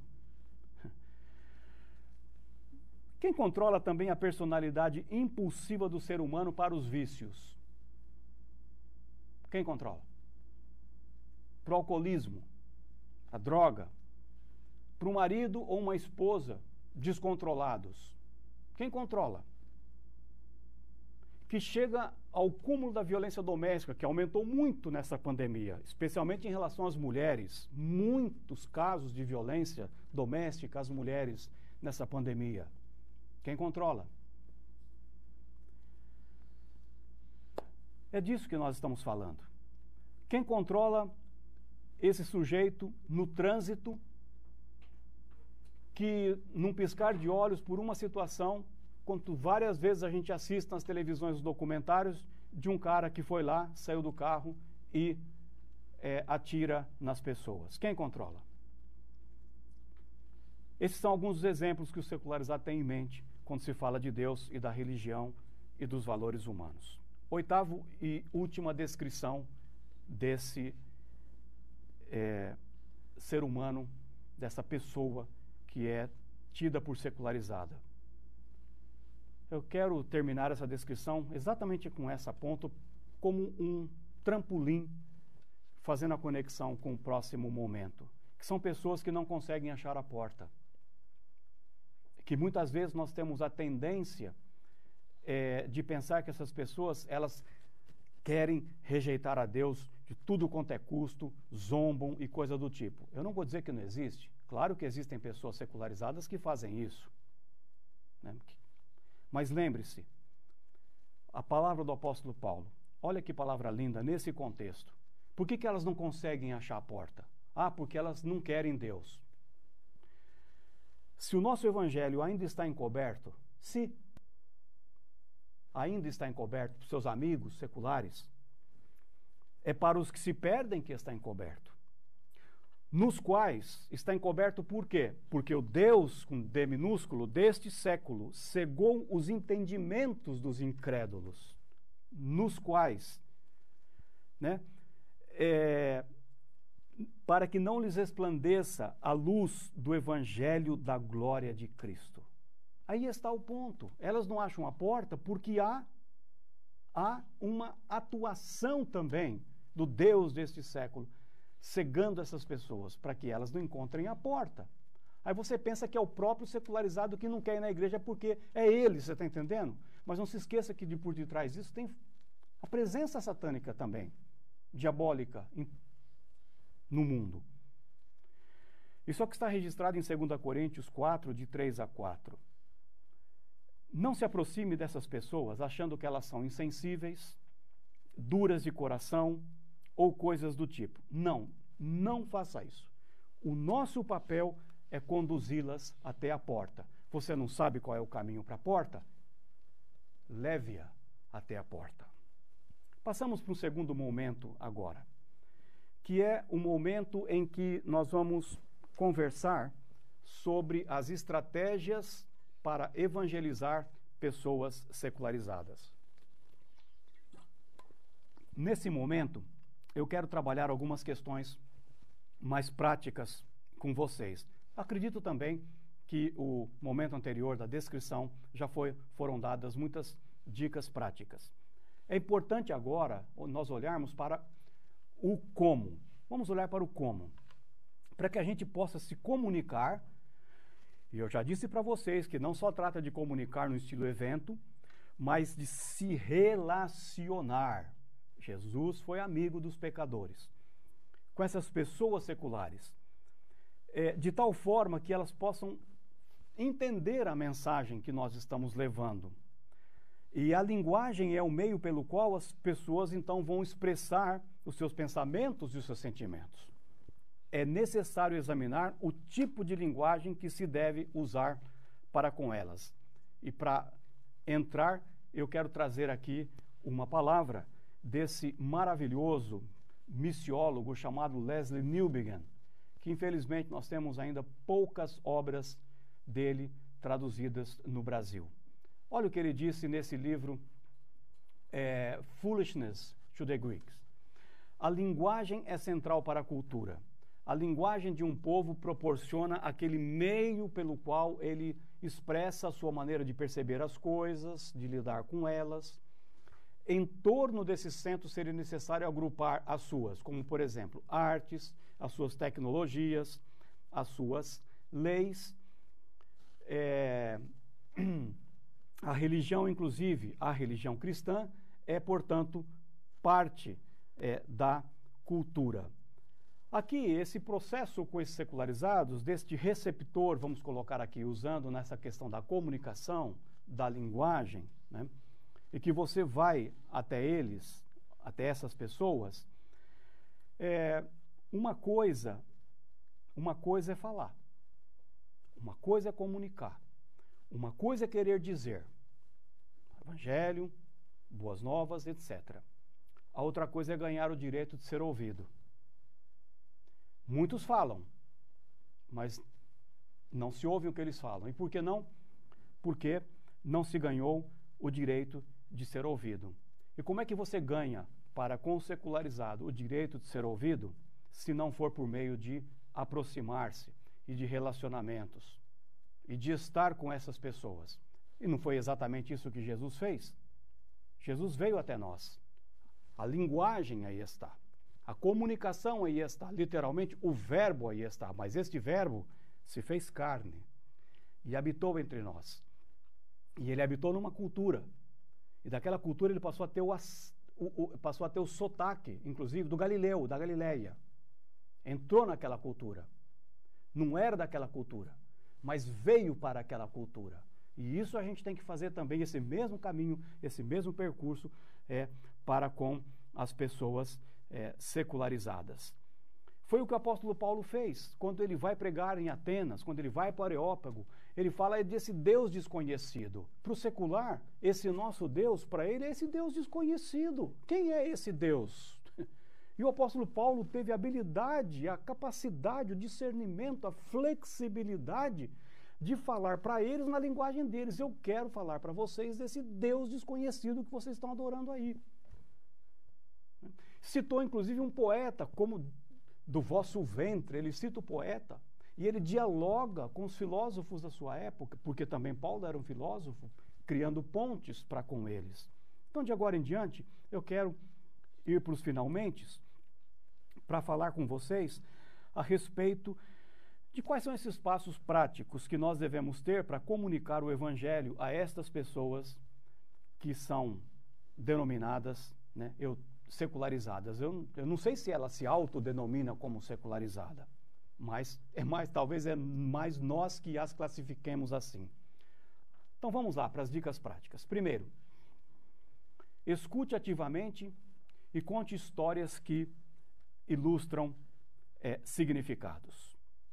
Quem controla também a personalidade impulsiva do ser humano para os vícios? Quem controla? Para o alcoolismo, a droga, para um marido ou uma esposa descontrolados. Quem controla? Que chega ao cúmulo da violência doméstica, que aumentou muito nessa pandemia, especialmente em relação às mulheres. Muitos casos de violência doméstica às mulheres nessa pandemia. Quem controla? É disso que nós estamos falando. Quem controla esse sujeito no trânsito, que num piscar de olhos por uma situação, quanto várias vezes a gente assiste nas televisões os documentários de um cara que foi lá, saiu do carro e é, atira nas pessoas. Quem controla? Esses são alguns dos exemplos que o secularizado tem em mente quando se fala de Deus e da religião e dos valores humanos. Oitavo e última descrição desse é, ser humano, dessa pessoa que é tida por secularizada. Eu quero terminar essa descrição exatamente com essa ponta, como um trampolim, fazendo a conexão com o próximo momento, que são pessoas que não conseguem achar a porta. Que muitas vezes nós temos a tendência é, de pensar que essas pessoas, elas querem rejeitar a Deus de tudo quanto é custo, zombam e coisa do tipo. Eu não vou dizer que não existe. Claro que existem pessoas secularizadas que fazem isso. Né? Mas lembre-se, a palavra do apóstolo Paulo, olha que palavra linda nesse contexto. Por que que elas não conseguem achar a porta? Ah, porque elas não querem Deus. Se o nosso evangelho ainda está encoberto, se ainda está encoberto para os seus amigos seculares, é para os que se perdem que está encoberto. Nos quais está encoberto por quê? Porque o Deus, com D minúsculo, deste século, cegou os entendimentos dos incrédulos, nos quais, né, é, para que não lhes resplandeça a luz do evangelho da glória de Cristo. Aí está o ponto. Elas não acham a porta porque há, há uma atuação também do Deus deste século, cegando essas pessoas para que elas não encontrem a porta. Aí você pensa que é o próprio secularizado que não quer ir na igreja porque é ele, você está entendendo? Mas não se esqueça que de por detrás disso tem a presença satânica também, diabólica, em, no mundo. Isso é o que está registrado em dois Coríntios quatro, de três a quatro. Não se aproxime dessas pessoas achando que elas são insensíveis, duras de coração ou coisas do tipo. Não, não faça isso. O nosso papel é conduzi-las até a porta. Você não sabe qual é o caminho para a porta? Leve-a até a porta. Passamos para um segundo momento agora, que é o momento em que nós vamos conversar sobre as estratégias para evangelizar pessoas secularizadas. Nesse momento, eu quero trabalhar algumas questões mais práticas com vocês. Acredito também que o momento anterior da descrição já foi, foram dadas muitas dicas práticas. É importante agora nós olharmos para o como. Vamos olhar para o como, para que a gente possa se comunicar. E eu já disse para vocês que não só trata de comunicar no estilo evento, mas de se relacionar. Jesus foi amigo dos pecadores, com essas pessoas seculares, é, de tal forma que elas possam entender a mensagem que nós estamos levando. E a linguagem é o meio pelo qual as pessoas então vão expressar os seus pensamentos e os seus sentimentos. É necessário examinar o tipo de linguagem que se deve usar para com elas. E para entrar, eu quero trazer aqui uma palavra desse maravilhoso missiólogo chamado Lesslie Newbigin, que infelizmente nós temos ainda poucas obras dele traduzidas no Brasil. Olha o que ele disse nesse livro, é, Foolishness to the Greeks. A linguagem é central para a cultura. A linguagem de um povo proporciona aquele meio pelo qual ele expressa a sua maneira de perceber as coisas, de lidar com elas. Em torno desse centro seria necessário agrupar as suas, como por exemplo, artes, as suas tecnologias, as suas leis, é, a religião, inclusive a religião cristã, é, portanto, parte é, da cultura. Aqui, esse processo com esses secularizados, deste receptor, vamos colocar aqui, usando nessa questão da comunicação, da linguagem, né, e que você vai até eles, até essas pessoas, é, uma coisa, uma coisa é falar, uma coisa é comunicar, uma coisa é querer dizer, evangelho, boas novas, etcétera. A outra coisa é ganhar o direito de ser ouvido. Muitos falam, mas não se ouve o que eles falam. E por que não? Porque não se ganhou o direito de ser ouvido. E como é que você ganha, para com o secularizado, o direito de ser ouvido, se não for por meio de aproximar-se e de relacionamentos e de estar com essas pessoas? E não foi exatamente isso que Jesus fez? Jesus veio até nós. A linguagem aí está. A comunicação aí está, literalmente o verbo aí está, mas este verbo se fez carne e habitou entre nós. E ele habitou numa cultura. E daquela cultura ele passou a ter o, o, o, passou a ter o sotaque, inclusive, do Galileu, da Galileia. Entrou naquela cultura. Não era daquela cultura, mas veio para aquela cultura. E isso a gente tem que fazer também, esse mesmo caminho, esse mesmo percurso é, para com as pessoas É, secularizadas. Foi o que o apóstolo Paulo fez quando ele vai pregar em Atenas, quando ele vai para o Areópago. Ele fala desse Deus desconhecido. Para o secular, esse nosso Deus, para ele, é esse Deus desconhecido. Quem é esse Deus? E o apóstolo Paulo teve a habilidade, a capacidade, o discernimento, a flexibilidade de falar para eles na linguagem deles. Eu quero falar para vocês desse Deus desconhecido que vocês estão adorando aí. Citou inclusive um poeta, como do vosso ventre, ele cita o poeta, e ele dialoga com os filósofos da sua época, porque também Paulo era um filósofo, criando pontes para com eles. Então, de agora em diante, eu quero ir para os finalmente, para falar com vocês a respeito de quais são esses passos práticos que nós devemos ter para comunicar o Evangelho a estas pessoas que são denominadas, né, eu secularizadas. Eu, eu não sei se ela se autodenomina como secularizada, mas é mais, talvez é mais nós que as classifiquemos assim. Então vamos lá para as dicas práticas. Primeiro, escute ativamente e conte histórias que ilustram é, significados.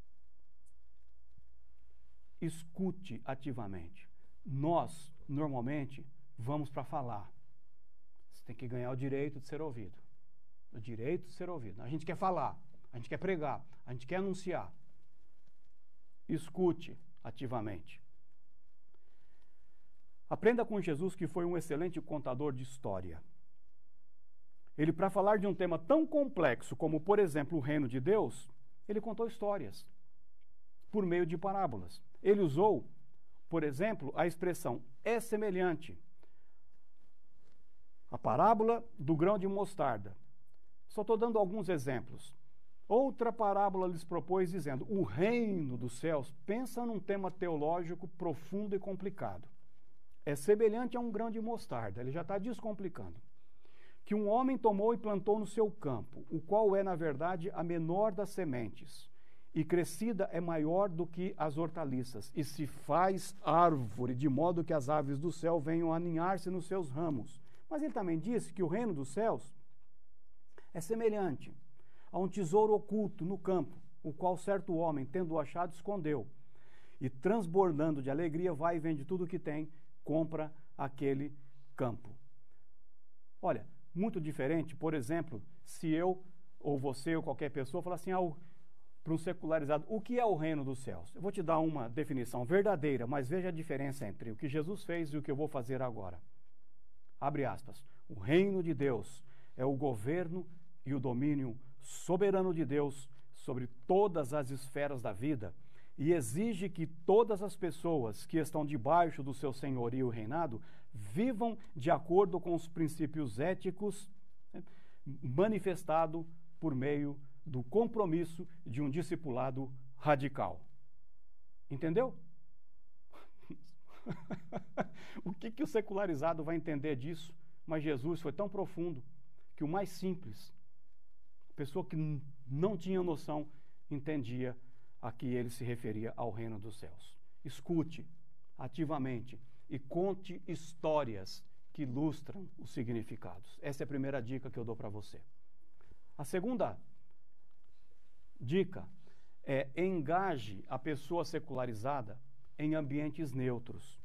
Escute ativamente. Nós, normalmente, vamos para falar. Tem que ganhar o direito de ser ouvido. O direito de ser ouvido. A gente quer falar, a gente quer pregar, a gente quer anunciar. Escute ativamente. Aprenda com Jesus, que foi um excelente contador de história. Ele, para falar de um tema tão complexo como, por exemplo, o reino de Deus, ele contou histórias por meio de parábolas. Ele usou, por exemplo, a expressão é semelhante. A parábola do grão de mostarda. Só estou dando alguns exemplos. Outra parábola lhes propôs dizendo, o reino dos céus, pensa num tema teológico profundo e complicado. É semelhante a um grão de mostarda, ele já está descomplicando. Que um homem tomou e plantou no seu campo, o qual é, na verdade, a menor das sementes, e crescida é maior do que as hortaliças, e se faz árvore, de modo que as aves do céu venham aninhar-se nos seus ramos. Mas ele também disse que o reino dos céus é semelhante a um tesouro oculto no campo, o qual certo homem, tendo achado, escondeu. E transbordando de alegria, vai e vende tudo o que tem, compra aquele campo. Olha, muito diferente, por exemplo, se eu, ou você, ou qualquer pessoa, falar assim, ah, para um secularizado, o que é o reino dos céus? Eu vou te dar uma definição verdadeira, mas veja a diferença entre o que Jesus fez e o que eu vou fazer agora. Abre aspas. O reino de Deus é o governo e o domínio soberano de Deus sobre todas as esferas da vida e exige que todas as pessoas que estão debaixo do seu senhorio e reinado vivam de acordo com os princípios éticos, né, manifestado por meio do compromisso de um discipulado radical. Entendeu? O que, que o secularizado vai entender disso? Mas Jesus foi tão profundo que o mais simples, a pessoa que não tinha noção, entendia a que ele se referia ao reino dos céus. Escute ativamente e conte histórias que ilustram os significados. Essa é a primeira dica que eu dou para você. A segunda dica é: engaje a pessoa secularizada em ambientes neutros.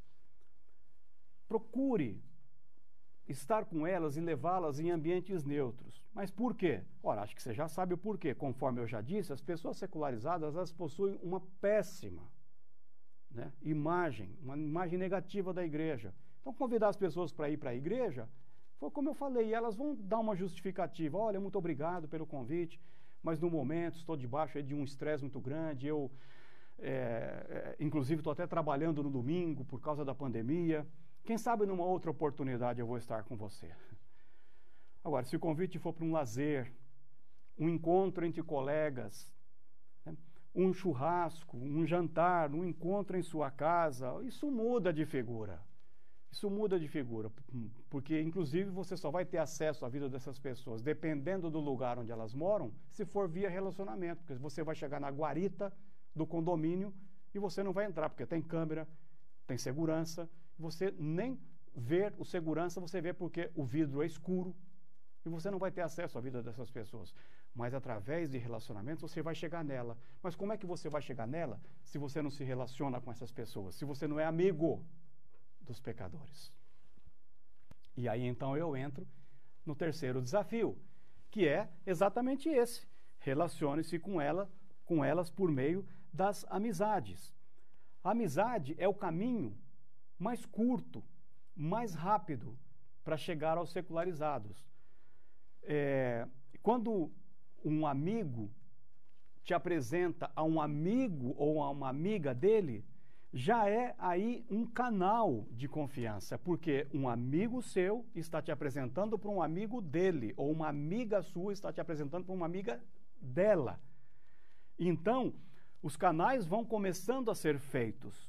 Procure estar com elas e levá-las em ambientes neutros. Mas por quê? Ora, acho que você já sabe o porquê. Conforme eu já disse, as pessoas secularizadas, elas possuem uma péssima, né, imagem, uma imagem negativa da igreja. Então, convidar as pessoas para ir para a igreja, foi como eu falei, elas vão dar uma justificativa. Olha, muito obrigado pelo convite, mas no momento estou debaixo aí de um estresse muito grande, eu, é, é, inclusive, estou até trabalhando no domingo por causa da pandemia. Quem sabe numa outra oportunidade eu vou estar com você. Agora, se o convite for para um lazer, um encontro entre colegas, né, um churrasco, um jantar, um encontro em sua casa, isso muda de figura. Isso muda de figura, porque, inclusive, você só vai ter acesso à vida dessas pessoas, dependendo do lugar onde elas moram, se for via relacionamento, porque você vai chegar na guarita do condomínio e você não vai entrar, porque tem câmera, tem segurança, você nem ver o segurança, você vê porque o vidro é escuro e você não vai ter acesso à vida dessas pessoas. Mas através de relacionamentos você vai chegar nela. Mas como é que você vai chegar nela se você não se relaciona com essas pessoas? Se você não é amigo dos pecadores? E aí então eu entro no terceiro desafio, que é exatamente esse. Relacione-se com ela, com elas por meio das amizades. A amizade é o caminho mais curto, mais rápido para chegar aos secularizados. É, quando um amigo te apresenta a um amigo ou a uma amiga dele, já é aí um canal de confiança, porque um amigo seu está te apresentando para um amigo dele, ou uma amiga sua está te apresentando para uma amiga dela. Então, os canais vão começando a ser feitos.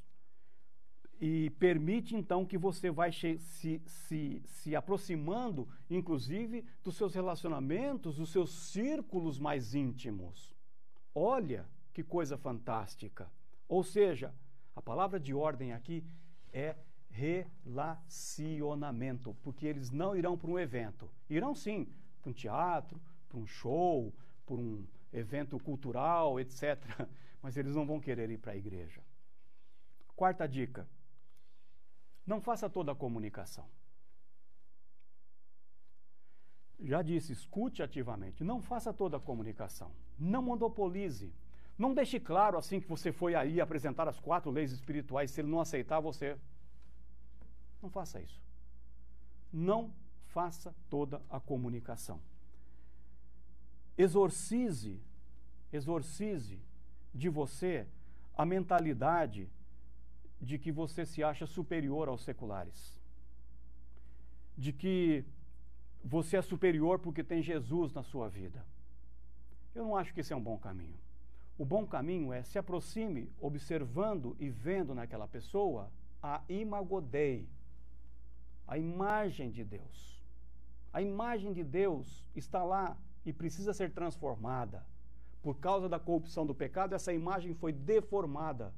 E permite, então, que você vai se, se, se aproximando, inclusive, dos seus relacionamentos, dos seus círculos mais íntimos. Olha que coisa fantástica. Ou seja, a palavra de ordem aqui é relacionamento, porque eles não irão para um evento. Irão, sim, para um teatro, para um show, para um evento cultural, etcétera. Mas eles não vão querer ir para a igreja. Quarta dica. Não faça toda a comunicação. Já disse, escute ativamente. Não faça toda a comunicação. Não monopolize. Não deixe claro assim que você foi aí apresentar as quatro leis espirituais. Se ele não aceitar, você... Não faça isso. Não faça toda a comunicação. Exorcize, exorcize de você a mentalidade de que você se acha superior aos seculares, de que você é superior porque tem Jesus na sua vida. Eu não acho que esse é um bom caminho. O bom caminho é se aproxime observando e vendo naquela pessoa a imago Dei, a imagem de Deus. A imagem de Deus está lá e precisa ser transformada. Por causa da corrupção do pecado, essa imagem foi deformada.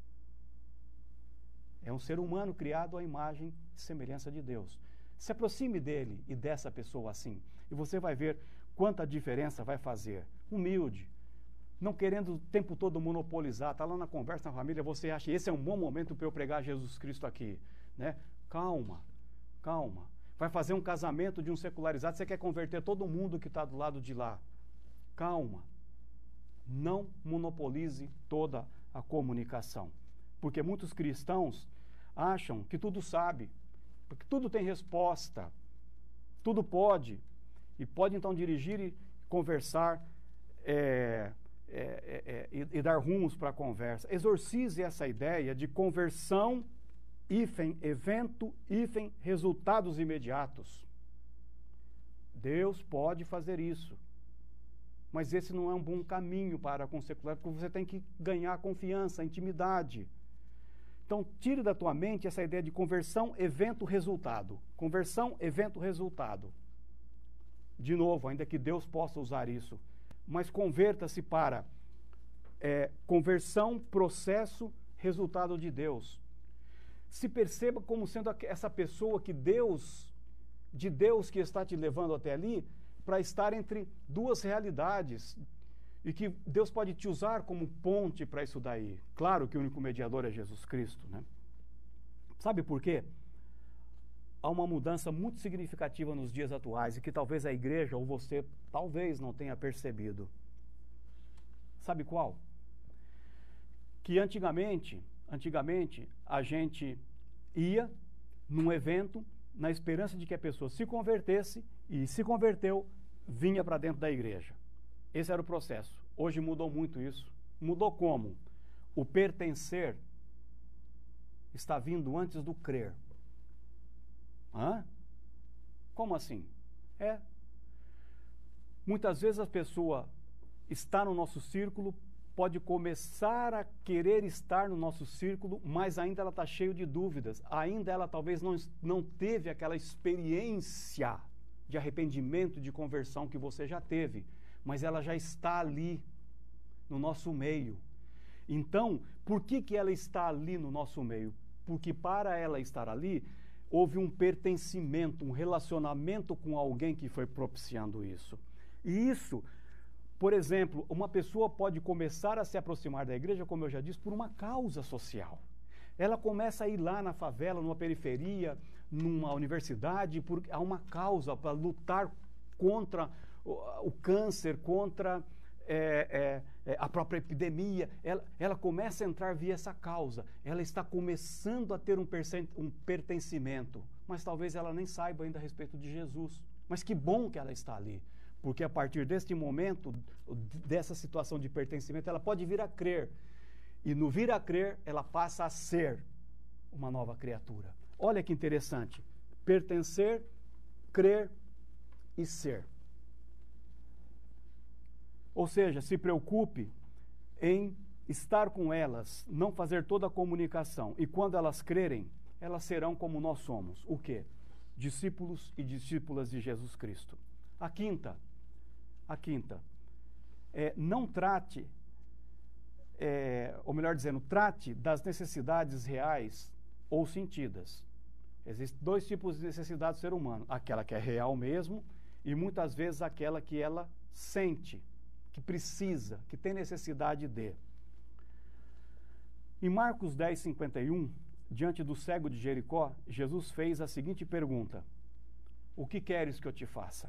É um ser humano criado à imagem e semelhança de Deus. Se aproxime dele e dessa pessoa assim, e você vai ver quanta diferença vai fazer. Humilde, não querendo o tempo todo monopolizar, está lá na conversa na família, você acha que esse é um bom momento para eu pregar Jesus Cristo aqui, né? Calma, calma. Vai fazer um casamento de um secularizado, você quer converter todo mundo que está do lado de lá. Calma, não monopolize toda a comunicação. Porque muitos cristãos acham que tudo sabe, porque tudo tem resposta, tudo pode, e pode então dirigir e conversar é, é, é, é, e, e dar rumos para a conversa. Exorcize essa ideia de conversão, hífen, evento, hífen, resultados imediatos. Deus pode fazer isso, mas esse não é um bom caminho para a consecução, porque você tem que ganhar confiança, intimidade. Então, tire da tua mente essa ideia de conversão, evento, resultado. Conversão, evento, resultado. De novo, ainda que Deus possa usar isso, mas converta-se para é, conversão, processo, resultado de Deus. Se perceba como sendo essa pessoa que Deus, de Deus que está te levando até ali, para estar entre duas realidades, e que Deus pode te usar como ponte para isso daí. Claro que o único mediador é Jesus Cristo, né? Sabe por quê? Há uma mudança muito significativa nos dias atuais, e que talvez a igreja, ou você, talvez não tenha percebido. Sabe qual? Que antigamente, antigamente, a gente ia num evento na esperança de que a pessoa se convertesse, e se converteu, vinha para dentro da igreja. Esse era o processo. Hoje mudou muito isso. Mudou como? O pertencer está vindo antes do crer. Hã? Como assim? É. Muitas vezes a pessoa está no nosso círculo, pode começar a querer estar no nosso círculo, mas ainda ela está cheia de dúvidas. Ainda ela talvez não, não teve aquela experiência de arrependimento, de conversão que você já teve, mas ela já está ali, no nosso meio. Então, por que que ela está ali no nosso meio? Porque para ela estar ali, houve um pertencimento, um relacionamento com alguém que foi propiciando isso. E isso, por exemplo, uma pessoa pode começar a se aproximar da igreja, como eu já disse, por uma causa social. Ela começa a ir lá na favela, numa periferia, numa universidade, por, há uma causa para lutar contra o, o câncer, contra é, é, é, a própria epidemia. Ela, ela começa a entrar via essa causa. Ela está começando a ter um, um pertencimento, mas talvez ela nem saiba ainda a respeito de Jesus. Mas que bom que ela está ali, porque a partir deste momento, dessa situação de pertencimento, ela pode vir a crer. E no vir a crer, ela passa a ser uma nova criatura. Olha que interessante. Pertencer, crer e ser. Ou seja, se preocupe em estar com elas, não fazer toda a comunicação. E quando elas crerem, elas serão como nós somos. O quê? Discípulos e discípulas de Jesus Cristo. A quinta, a quinta, é, não trate, é, ou melhor dizendo, trate das necessidades reais ou sentidas. Existem dois tipos de necessidade do ser humano. Aquela que é real mesmo e muitas vezes aquela que ela sente, que precisa, que tem necessidade de. Em Marcos dez, cinquenta e um, diante do cego de Jericó, Jesus fez a seguinte pergunta: o que queres que eu te faça?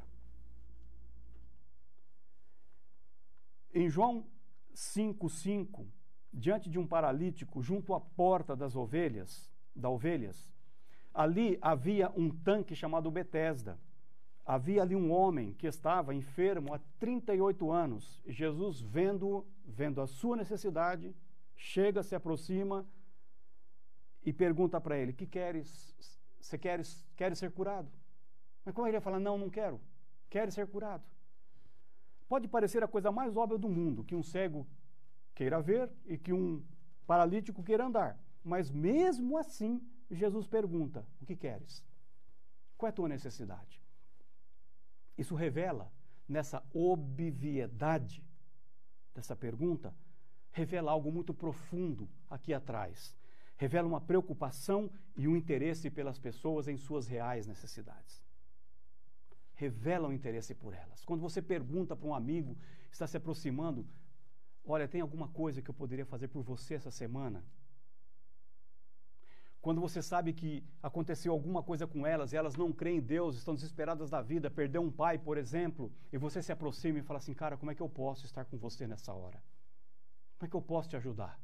Em João cinco, cinco, diante de um paralítico junto à porta das ovelhas, da ovelhas, ali havia um tanque chamado Betesda. Havia ali um homem que estava enfermo há trinta e oito anos. Jesus, vendo, vendo a sua necessidade, chega, se aproxima e pergunta para ele: que queres? Você queres, queres ser curado? Mas como ele ia falar: não, não quero. Queres ser curado? Pode parecer a coisa mais óbvia do mundo, que um cego queira ver e que um paralítico queira andar. Mas mesmo assim, Jesus pergunta: o que queres? Qual é a tua necessidade? Isso revela, nessa obviedade dessa pergunta, revela algo muito profundo aqui atrás. Revela uma preocupação e um interesse pelas pessoas em suas reais necessidades. Revela um interesse por elas. Quando você pergunta para um amigo, está se aproximando: olha, tem alguma coisa que eu poderia fazer por você essa semana? quando você sabe que aconteceu alguma coisa com elas e elas não creem em Deus, estão desesperadas da vida, perdeu um pai, por exemplo, e você se aproxima e fala assim, cara, como é que eu posso estar com você nessa hora? Como é que eu posso te ajudar?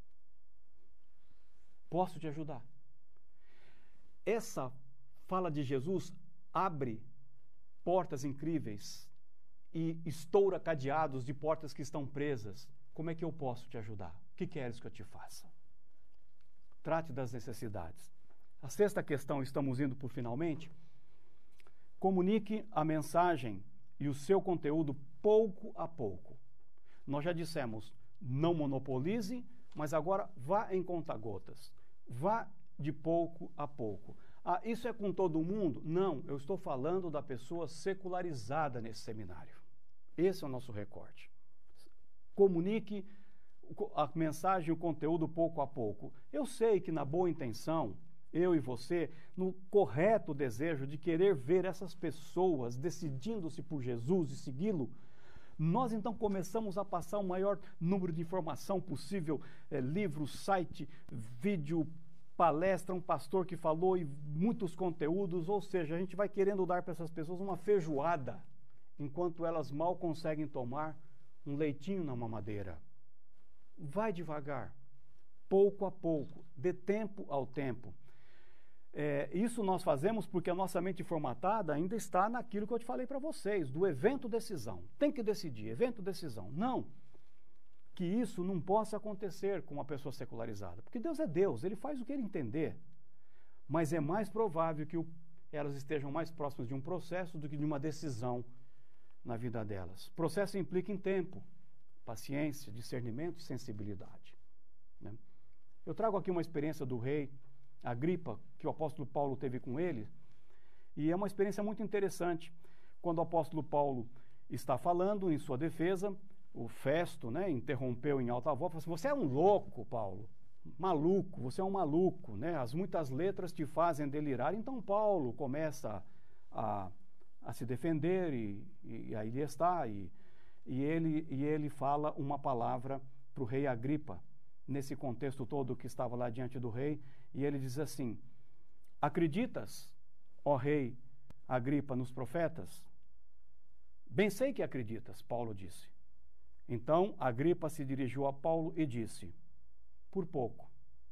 Posso te ajudar? Essa fala de Jesus abre portas incríveis e estoura cadeados de portas que estão presas. Como é que eu posso te ajudar? O que queres que eu te faça? Trate das necessidades. A sexta questão, estamos indo por finalmente. Comunique a mensagem e o seu conteúdo pouco a pouco. Nós já dissemos, não monopolize, mas agora vá em conta-gotas. Vá de pouco a pouco. Ah, isso é com todo mundo? Não, eu estou falando da pessoa secularizada nesse seminário. Esse é o nosso recorte. Comunique a mensagem e o conteúdo pouco a pouco. Eu sei que na boa intenção, eu e você, no correto desejo de querer ver essas pessoas decidindo-se por Jesus e segui-lo, nós então começamos a passar o maior número de informação possível, é, livro, site, vídeo, palestra, um pastor que falou e muitos conteúdos, ou seja, a gente vai querendo dar para essas pessoas uma feijoada, enquanto elas mal conseguem tomar um leitinho na mamadeira. Vai devagar, pouco a pouco, dê tempo ao tempo. É, isso nós fazemos porque a nossa mente formatada ainda está naquilo que eu te falei para vocês, do evento decisão. Tem que decidir, evento decisão. Não que isso não possa acontecer com uma pessoa secularizada, porque Deus é Deus, Ele faz o que Ele entender. Mas é mais provável que o, elas estejam mais próximas de um processo do que de uma decisão na vida delas. Processo implica em tempo, paciência, discernimento e sensibilidade. Né? Eu trago aqui uma experiência do rei Agripa, que o apóstolo Paulo teve com ele, e é uma experiência muito interessante. Quando o apóstolo Paulo está falando em sua defesa, o Festo, né, interrompeu em alta voz, falou assim, você é um louco, Paulo, maluco, você é um maluco, né? As muitas letras te fazem delirar. Então Paulo começa a, a se defender e, e, e aí ele está, e, e, ele, e ele fala uma palavra para o rei Agripa, nesse contexto todo que estava lá diante do rei, e ele diz assim, acreditas, ó rei Agripa, nos profetas? Bem sei que acreditas, Paulo disse. Então Agripa se dirigiu a Paulo e disse, por pouco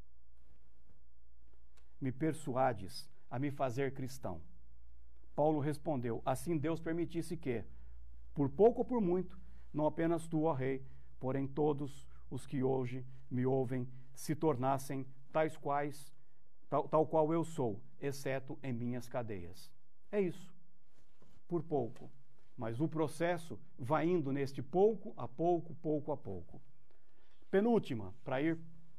me persuades a me fazer cristão. Paulo respondeu, assim Deus permitisse que, por pouco ou por muito, não apenas tu, ó rei, porém todos os que hoje me ouvem se tornassem tais quais, tal, tal qual eu sou, exceto em minhas cadeias. É isso, por pouco. Mas o processo vai indo neste pouco a pouco, pouco a pouco. Penúltima, para ir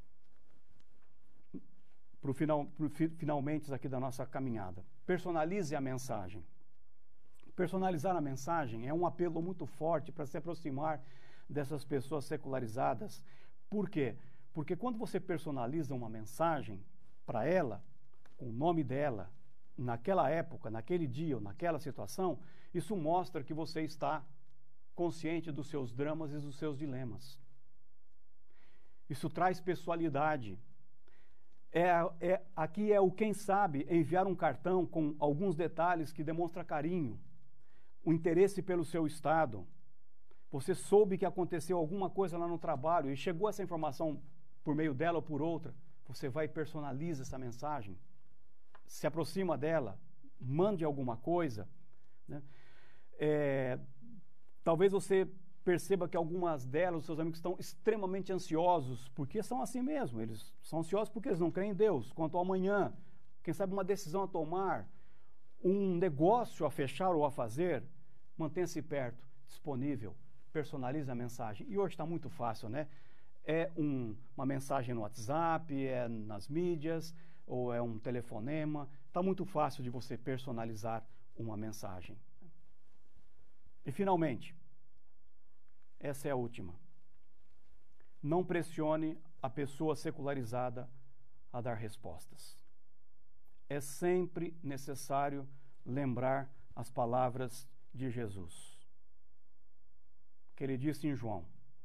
para o final, pro fi, finalmente aqui da nossa caminhada. Personalize a mensagem. Personalizar a mensagem é um apelo muito forte para se aproximar dessas pessoas secularizadas. Por quê? Porque quando você personaliza uma mensagem para ela, com o nome dela, naquela época, naquele dia ou naquela situação, isso mostra que você está consciente dos seus dramas e dos seus dilemas. Isso traz pessoalidade. É, é, aqui é o quem sabe enviar um cartão com alguns detalhes que demonstra carinho, o interesse pelo seu estado. Você soube que aconteceu alguma coisa lá no trabalho e chegou essa informação por meio dela ou por outra, você vai e personaliza essa mensagem, se aproxima dela, mande alguma coisa, né? É, talvez você perceba que algumas delas, os seus amigos, estão extremamente ansiosos, porque são assim mesmo, eles são ansiosos porque eles não creem em Deus, quanto ao amanhã, quem sabe uma decisão a tomar, um negócio a fechar ou a fazer, mantenha-se perto, disponível, personalize a mensagem. E hoje está muito fácil, né? É um, uma mensagem no WhatsApp, é nas mídias, ou é um telefonema, está muito fácil de você personalizar uma mensagem. E finalmente, essa é a última. Não pressione a pessoa secularizada a dar respostas. É sempre necessário lembrar as palavras de Jesus, que ele disse em João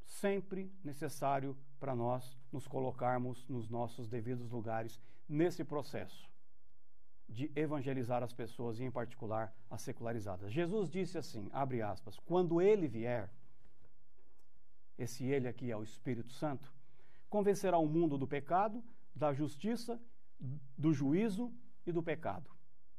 sempre necessário para nós nos colocarmos nos nossos devidos lugares nesse processo de evangelizar as pessoas, e em particular as secularizadas. Jesus disse assim, abre aspas, quando ele vier, esse ele aqui é o Espírito Santo, convencerá o mundo do pecado, da justiça, do juízo e do pecado.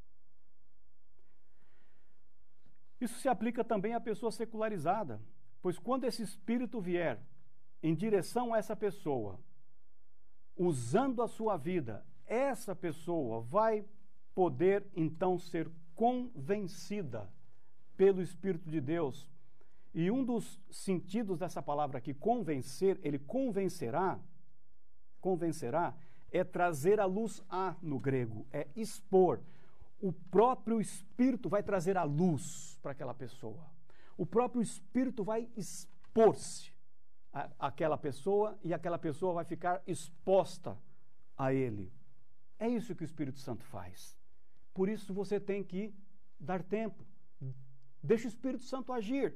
Isso se aplica também à pessoa secularizada, pois quando esse Espírito vier em direção a essa pessoa, usando a sua vida, essa pessoa vai poder então ser convencida pelo Espírito de Deus. E um dos sentidos dessa palavra aqui, convencer, ele convencerá, convencerá, é trazer a luz a no grego, é expor. O próprio Espírito vai trazer a luz para aquela pessoa. O próprio Espírito vai expor-se àquela pessoa e aquela pessoa vai ficar exposta a ele. É isso que o Espírito Santo faz. Por isso você tem que dar tempo. Deixa o Espírito Santo agir.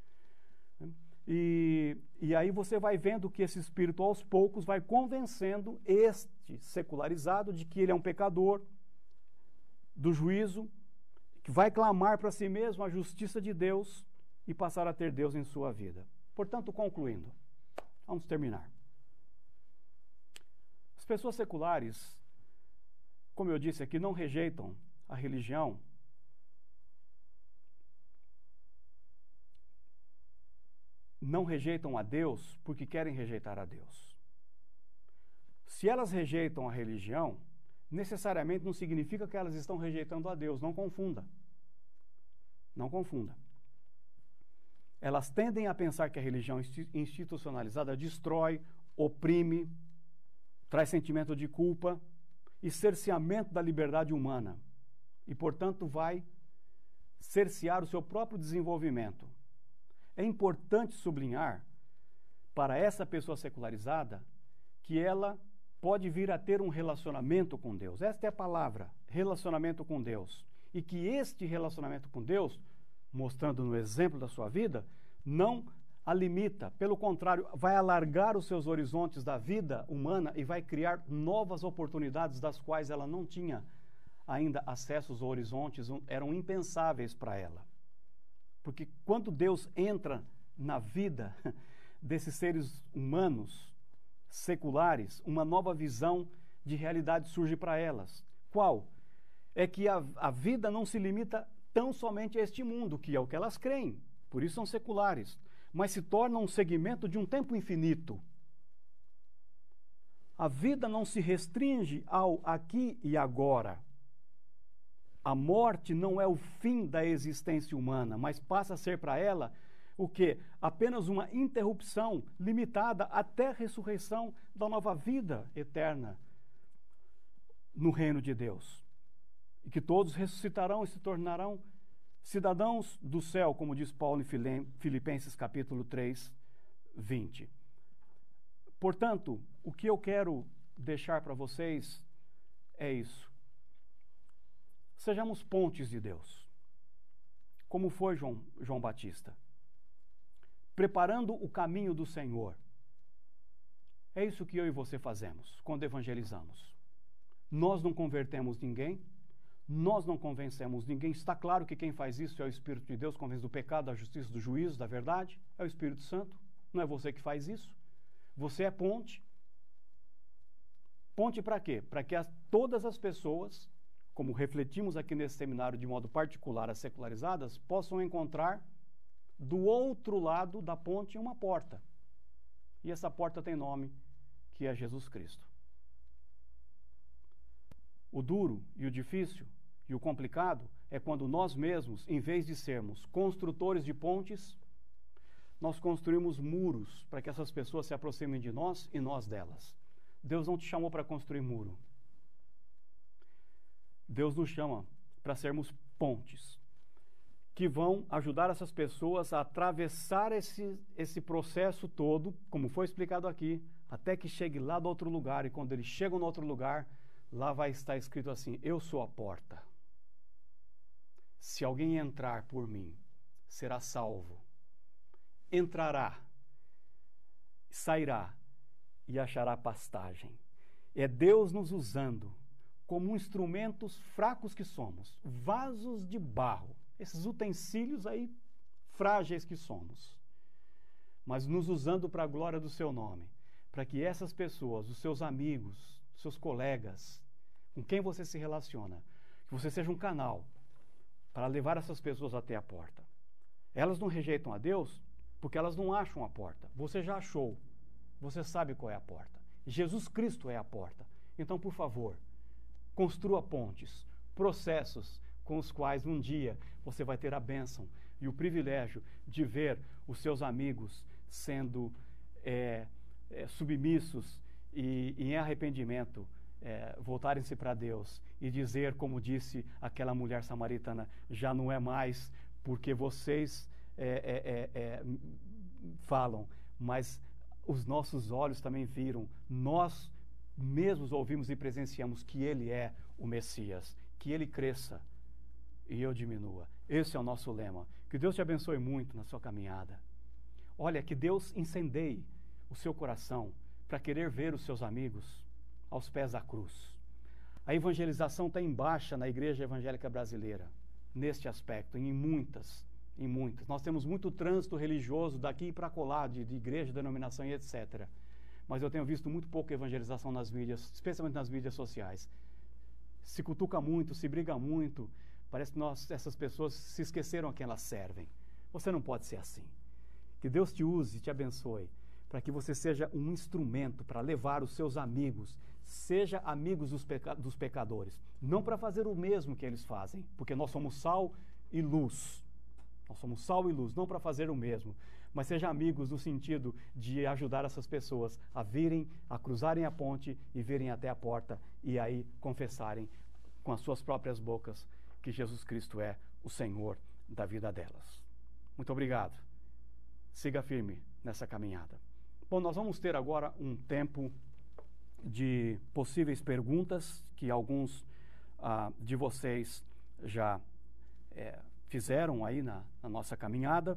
E, e aí você vai vendo que esse Espírito, aos poucos, vai convencendo este secularizado de que ele é um pecador, do juízo, que vai clamar para si mesmo a justiça de Deus e passar a ter Deus em sua vida. Portanto, concluindo, vamos terminar. As pessoas seculares, como eu disse aqui, não rejeitam a religião, não rejeitam a Deus porque querem rejeitar a Deus. Se elas rejeitam a religião, necessariamente não significa que elas estão rejeitando a Deus. Não confunda. Não confunda. Elas tendem a pensar que a religião institucionalizada destrói, oprime, traz sentimento de culpa e cerceamento da liberdade humana. E, portanto, vai cercear o seu próprio desenvolvimento. É importante sublinhar para essa pessoa secularizada que ela pode vir a ter um relacionamento com Deus. Esta é a palavra, relacionamento com Deus. E que este relacionamento com Deus, mostrando no exemplo da sua vida, não a limita. Pelo contrário, vai alargar os seus horizontes da vida humana e vai criar novas oportunidades das quais ela não tinha ainda acesso. Os horizontes eram impensáveis para ela. Porque quando Deus entra na vida desses seres humanos seculares, uma nova visão de realidade surge para elas. Qual? É que a, a vida não se limita tão somente a este mundo, que é o que elas creem, por isso são seculares, mas se torna um segmento de um tempo infinito. A vida não se restringe ao aqui e agora. A morte não é o fim da existência humana, mas passa a ser para ela o quê? Apenas uma interrupção limitada até a ressurreição da nova vida eterna no reino de Deus. E que todos ressuscitarão e se tornarão cidadãos do céu, como diz Paulo em Filipenses capítulo três, vinte. Portanto, o que eu quero deixar para vocês é isso. Sejamos pontes de Deus, como foi João, João Batista, preparando o caminho do Senhor. É isso que eu e você fazemos quando evangelizamos. Nós não convertemos ninguém, nós não convencemos ninguém. Está claro que quem faz isso é o Espírito de Deus, convence do pecado, da justiça, do juízo, da verdade. É o Espírito Santo, não é você que faz isso. Você é ponte. Ponte para quê? Para que as, todas as pessoas, como refletimos aqui nesse seminário de modo particular, as secularizadas, possam encontrar do outro lado da ponte uma porta. E essa porta tem nome, que é Jesus Cristo. O duro e o difícil e o complicado é quando nós mesmos, em vez de sermos construtores de pontes, nós construímos muros para que essas pessoas se aproximem de nós e nós delas. Deus não te chamou para construir muro. Deus nos chama para sermos pontes, que vão ajudar essas pessoas a atravessar esse, esse processo todo, como foi explicado aqui, até que chegue lá do outro lugar. E quando eles chegam no outro lugar, lá vai estar escrito assim: eu sou a porta. Se alguém entrar por mim, será salvo. Entrará, sairá e achará pastagem. É Deus nos usando como instrumentos fracos que somos, vasos de barro, esses utensílios aí frágeis que somos, mas nos usando para a glória do seu nome, para que essas pessoas, os seus amigos, seus colegas, com quem você se relaciona, que você seja um canal para levar essas pessoas até a porta. Elas não rejeitam a Deus porque elas não acham a porta. Você já achou. Você sabe qual é a porta. Jesus Cristo é a porta. Então, por favor, construa pontes, processos com os quais um dia você vai ter a bênção e o privilégio de ver os seus amigos sendo é, é, submissos e, e em arrependimento é, voltarem-se para Deus e dizer, como disse aquela mulher samaritana, já não é mais porque vocês é, é, é, falam, mas os nossos olhos também viram, nós mesmos ouvimos e presenciamos que Ele é o Messias, que Ele cresça e eu diminua. Esse é o nosso lema. Que Deus te abençoe muito na sua caminhada. Olha, que Deus incendeie o seu coração para querer ver os seus amigos aos pés da cruz. A evangelização está em baixa na igreja evangélica brasileira, neste aspecto, em muitas, em muitas. Nós temos muito trânsito religioso daqui para colar, de, de igreja, denominação e etcétera. Mas eu tenho visto muito pouca evangelização nas mídias, especialmente nas mídias sociais. Se cutuca muito, se briga muito. Parece que nós, essas pessoas se esqueceram a quem elas servem. Você não pode ser assim. Que Deus te use e te abençoe, para que você seja um instrumento para levar os seus amigos, seja amigos dos, peca dos pecadores. Não para fazer o mesmo que eles fazem, porque nós somos sal e luz. Nós somos sal e luz, não para fazer o mesmo, mas seja amigos no sentido de ajudar essas pessoas a virem, a cruzarem a ponte e virem até a porta e aí confessarem com as suas próprias bocas que Jesus Cristo é o Senhor da vida delas. Muito obrigado. Siga firme nessa caminhada. Bom, nós vamos ter agora um tempo de possíveis perguntas que alguns ah, de vocês já é, fizeram aí na, na nossa caminhada.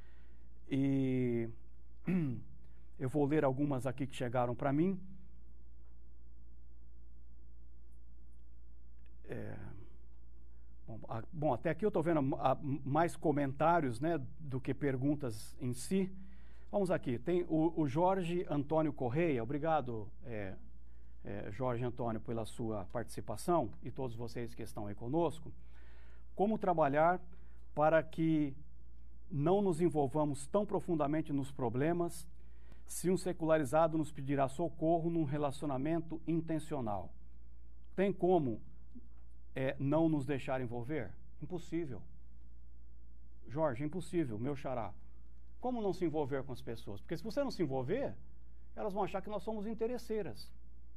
E eu vou ler algumas aqui que chegaram para mim. É, bom, a, bom, até aqui eu estou vendo a, a, mais comentários, né, do que perguntas em si. Vamos aqui, tem o, o Jorge Antônio Correia. Obrigado, é, é, Jorge Antônio, pela sua participação e todos vocês que estão aí conosco. Como trabalhar para que não nos envolvamos tão profundamente nos problemas se um secularizado nos pedirá socorro num relacionamento intencional? Tem como é, não nos deixar envolver? Impossível. Jorge, impossível, meu xará. Como não se envolver com as pessoas? Porque se você não se envolver, elas vão achar que nós somos interesseiras.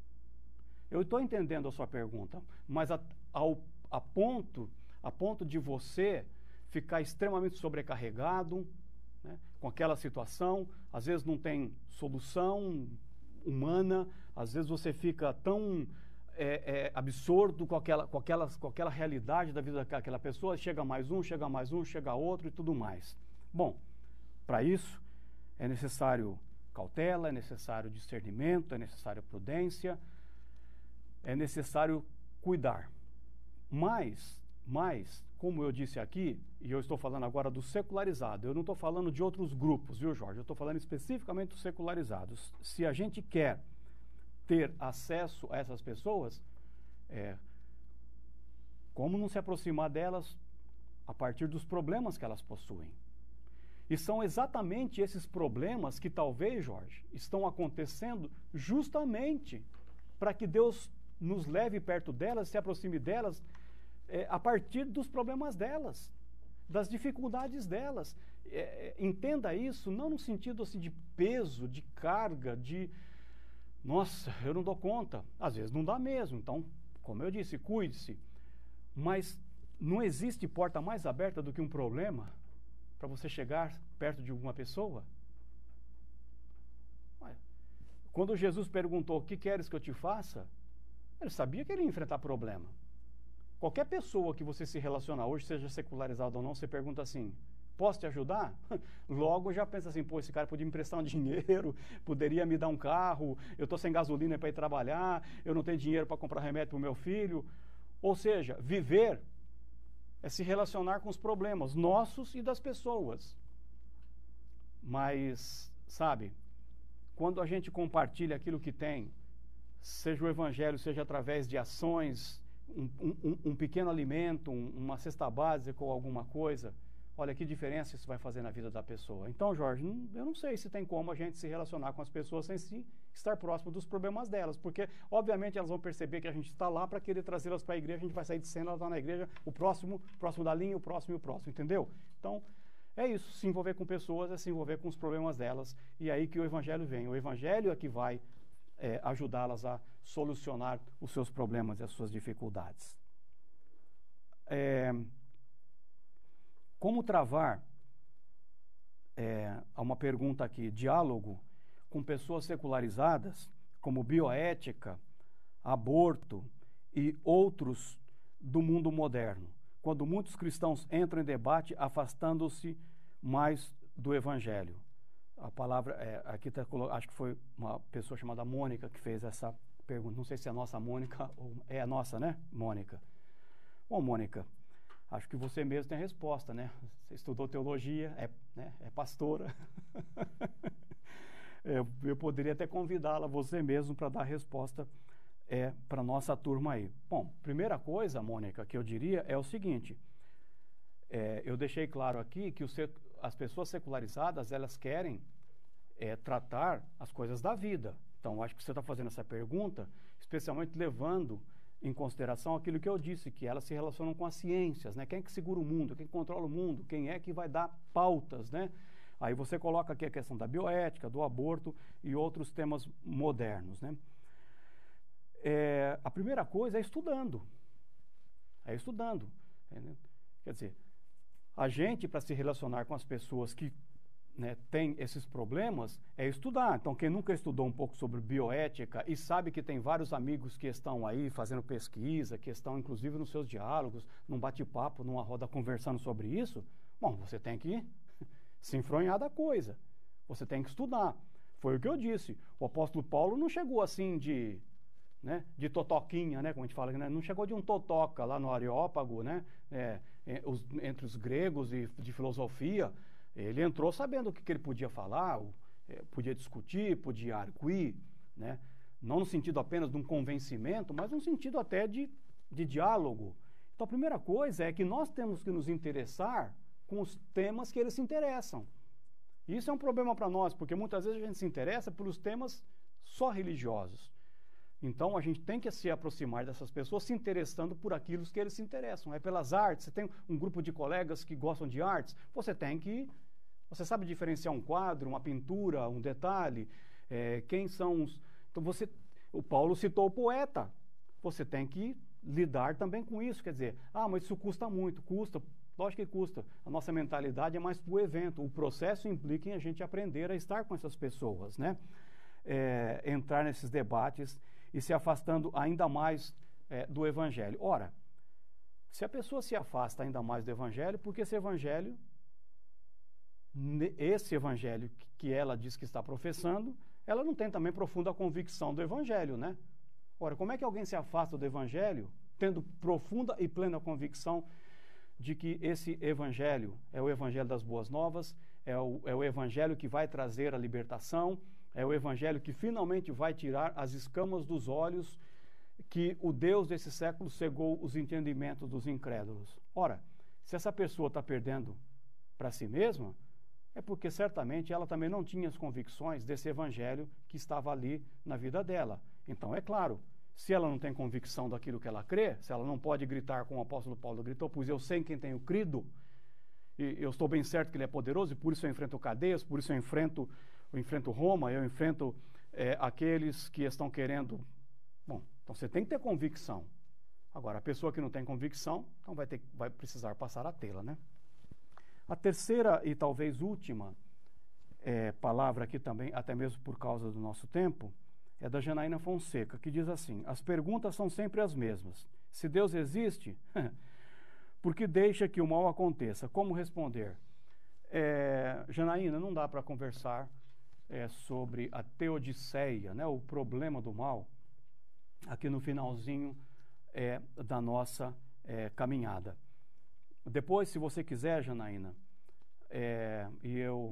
Eu estou entendendo a sua pergunta, mas a, ao, a, ponto, a ponto de você ficar extremamente sobrecarregado, né, com aquela situação, às vezes não tem solução humana, às vezes você fica tão é, é, absorto com aquela, com, aquela, com aquela realidade da vida daquela pessoa, chega mais um, chega mais um, chega outro e tudo mais. Bom, para isso é necessário cautela, é necessário discernimento, é necessário prudência, é necessário cuidar. Mas, mas, como eu disse aqui, e eu estou falando agora do secularizado, eu não estou falando de outros grupos, viu, Jorge? Eu estou falando especificamente dos secularizados. Se a gente quer ter acesso a essas pessoas, é, como não se aproximar delas a partir dos problemas que elas possuem? E são exatamente esses problemas que talvez, Jorge, estão acontecendo justamente para que Deus nos leve perto delas, se aproxime delas, é, a partir dos problemas delas, das dificuldades delas. É, entenda isso não no sentido assim, de peso, de carga, de nossa, eu não dou conta. Às vezes não dá mesmo, então, como eu disse, cuide-se. Mas não existe porta mais aberta do que um problema para você chegar perto de alguma pessoa. Quando Jesus perguntou, o que queres que eu te faça? Ele sabia que ele ia enfrentar problema. Qualquer pessoa que você se relacionar hoje, seja secularizado ou não, você pergunta assim, Posso te ajudar? Logo já pensa assim, pô, esse cara podia me emprestar um dinheiro, poderia me dar um carro, eu estou sem gasolina para ir trabalhar, eu não tenho dinheiro para comprar remédio para o meu filho. Ou seja, viver é se relacionar com os problemas nossos e das pessoas. Mas, sabe, quando a gente compartilha aquilo que tem, seja o evangelho, seja através de ações, um, um, um pequeno alimento, um, uma cesta básica ou alguma coisa, olha que diferença isso vai fazer na vida da pessoa. Então, Jorge, não, eu não sei se tem como a gente se relacionar com as pessoas sem si, estar próximo dos problemas delas, porque, obviamente, elas vão perceber que a gente está lá para querer trazê-las para a igreja, a gente vai sair de cena, ela está na igreja, o próximo, próximo da linha, o próximo e o próximo, entendeu? Então, é isso, se envolver com pessoas é se envolver com os problemas delas, e é aí que o evangelho vem. O evangelho é que vai é, ajudá-las a solucionar os seus problemas e as suas dificuldades. É, como travar, é, uma pergunta aqui, diálogo com pessoas secularizadas, como bioética, aborto e outros do mundo moderno, quando muitos cristãos entram em debate afastando-se mais do evangelho? A palavra, é, aqui tá, acho que foi uma pessoa chamada Mônica que fez essa pergunta, não sei se é a nossa Mônica, ou é a nossa, né, Mônica? Bom, Mônica, acho que você mesmo tem a resposta, né? Você estudou teologia, é, né, é pastora. eu, eu poderia até convidá-la, você mesmo, para dar a resposta é, para a nossa turma aí. Bom, primeira coisa, Mônica, que eu diria é o seguinte, é, eu deixei claro aqui que o, as pessoas secularizadas, elas querem é, tratar as coisas da vida. Então, acho que você está fazendo essa pergunta, especialmente levando em consideração aquilo que eu disse, que elas se relacionam com as ciências, né? Quem é que segura o mundo, quem controla o mundo, quem é que vai dar pautas, né? Aí você coloca aqui a questão da bioética, do aborto e outros temas modernos, né? É, a primeira coisa é estudando, é estudando, entendeu? Quer dizer, a gente, para se relacionar com as pessoas que, né, tem esses problemas, é estudar. Então, quem nunca estudou um pouco sobre bioética e sabe que tem vários amigos que estão aí fazendo pesquisa, que estão inclusive nos seus diálogos, num bate-papo, numa roda conversando sobre isso, bom, você tem que se enfronhar da coisa, você tem que estudar. Foi o que eu disse, o apóstolo Paulo não chegou assim de, né, de totoquinha, né, como a gente fala, né, não chegou de um totoca lá no Areópago, né, é, é, os, entre os gregos e de filosofia. Ele entrou sabendo o que, que ele podia falar, o, é, podia discutir, podia arguir, né? Não no sentido apenas de um convencimento, mas no sentido até de, de diálogo. Então, a primeira coisa é que nós temos que nos interessar com os temas que eles se interessam. E isso é um problema para nós, porque muitas vezes a gente se interessa pelos temas só religiosos. Então, a gente tem que se aproximar dessas pessoas se interessando por aquilo que eles se interessam. É pelas artes, você tem um grupo de colegas que gostam de artes, você tem que... Você sabe diferenciar um quadro, uma pintura, um detalhe? É, quem são os... Então, você... O Paulo citou o poeta. Você tem que lidar também com isso. Quer dizer, ah, mas isso custa muito. Custa, lógico que custa. A nossa mentalidade é mais para o evento. O processo implica em a gente aprender a estar com essas pessoas, né? É, entrar nesses debates e se afastando ainda mais é, do evangelho. Ora, se a pessoa se afasta ainda mais do evangelho, porque esse evangelho, esse evangelho que ela diz que está professando, ela não tem também profunda convicção do evangelho, né? Ora, como é que alguém se afasta do evangelho, tendo profunda e plena convicção de que esse evangelho é o evangelho das boas novas, é o, é o evangelho que vai trazer a libertação, é o evangelho que finalmente vai tirar as escamas dos olhos que o Deus desse século cegou os entendimentos dos incrédulos? Ora, se essa pessoa está perdendo para si mesma, é porque certamente ela também não tinha as convicções desse evangelho que estava ali na vida dela. Então, é claro, se ela não tem convicção daquilo que ela crê, se ela não pode gritar como o apóstolo Paulo gritou, pois eu sei em quem tenho crido, e eu estou bem certo que ele é poderoso, e por isso eu enfrento cadeias, por isso eu enfrento, eu enfrento Roma, eu enfrento é, aqueles que estão querendo... Bom, então você tem que ter convicção. Agora, a pessoa que não tem convicção, então vai, ter, vai precisar passar a tê-la, né? A terceira e talvez última é, palavra aqui também, até mesmo por causa do nosso tempo, é da Janaína Fonseca, que diz assim: as perguntas são sempre as mesmas. Se Deus existe, por que deixa que o mal aconteça? Como responder? É, Janaína, não dá para conversar é, sobre a teodiceia, né, o problema do mal, aqui no finalzinho é, da nossa é, caminhada. Depois, se você quiser, Janaína, é, e eu,